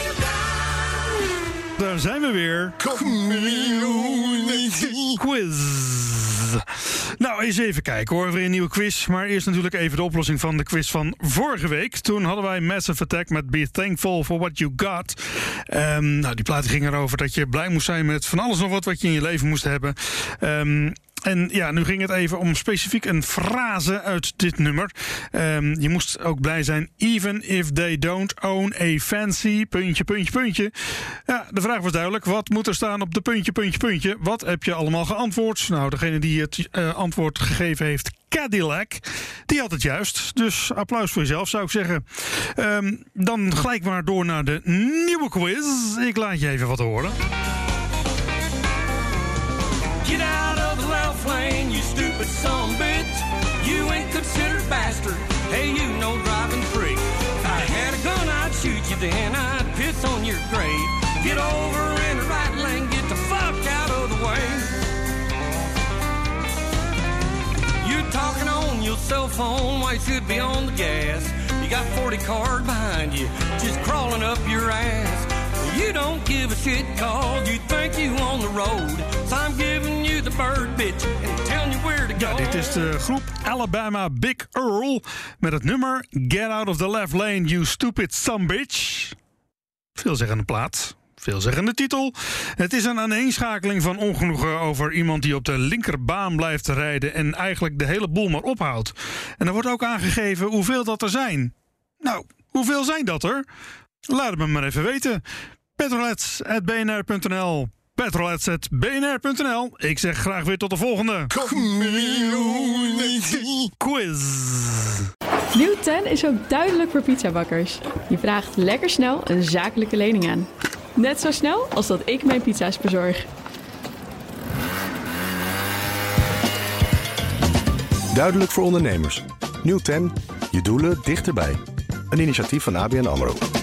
Daar zijn we weer. Quiz. Nou, eens even kijken hoor. Weer een nieuwe quiz. Maar eerst natuurlijk even de oplossing van de quiz van vorige week. Toen hadden wij Massive Attack met Be Thankful for What You Got. Nou, die plaat ging erover dat je blij moest zijn met van alles nog wat je in je leven moest hebben. En ja, nu ging het even om specifiek een frase uit dit nummer. Je moest ook blij zijn. Even if they don't own a fancy... ... Ja, de vraag was duidelijk. Wat moet er staan op de ... Wat heb je allemaal geantwoord? Nou, degene die het antwoord gegeven heeft, Cadillac, die had het juist. Dus applaus voor jezelf, zou ik zeggen. Dan gelijk maar door naar de nieuwe quiz. Ik laat je even wat horen. Get out of the left lane, you stupid son of a bitch. You ain't considered bastard. Hey, you know driving freak. If I had a gun, I'd shoot you then. I'd piss on your grave. Get over in the right lane, get the fuck out of the way. You're talking on your cell phone while you should be on the gas. You got 40 cars behind you, just crawling up your ass. You don't give a shit cause you think you on the road. So I'm giving you the bird, bitch, and telling you where to go. Ja, dit is de groep Alabama Big Earl met het nummer Get Out of the Left Lane, You Stupid Sumbitch. Veelzeggende plaat. Veelzeggende titel. Het is een aaneenschakeling van ongenoegen over iemand die op de linkerbaan blijft rijden en eigenlijk de hele boel maar ophoudt. En er wordt ook aangegeven hoeveel dat er zijn. Nou, hoeveel zijn dat er? Laat het me maar even weten. petrolets@bnr.nl. petrolets@bnr.nl. Ik zeg graag weer tot de volgende quiz. Nieuw 10 is ook duidelijk voor pizzabakkers. Je vraagt lekker snel een zakelijke lening aan. Net zo snel als dat ik mijn pizza's bezorg. Duidelijk voor ondernemers. Nieuw 10, je doelen dichterbij. Een initiatief van ABN AMRO.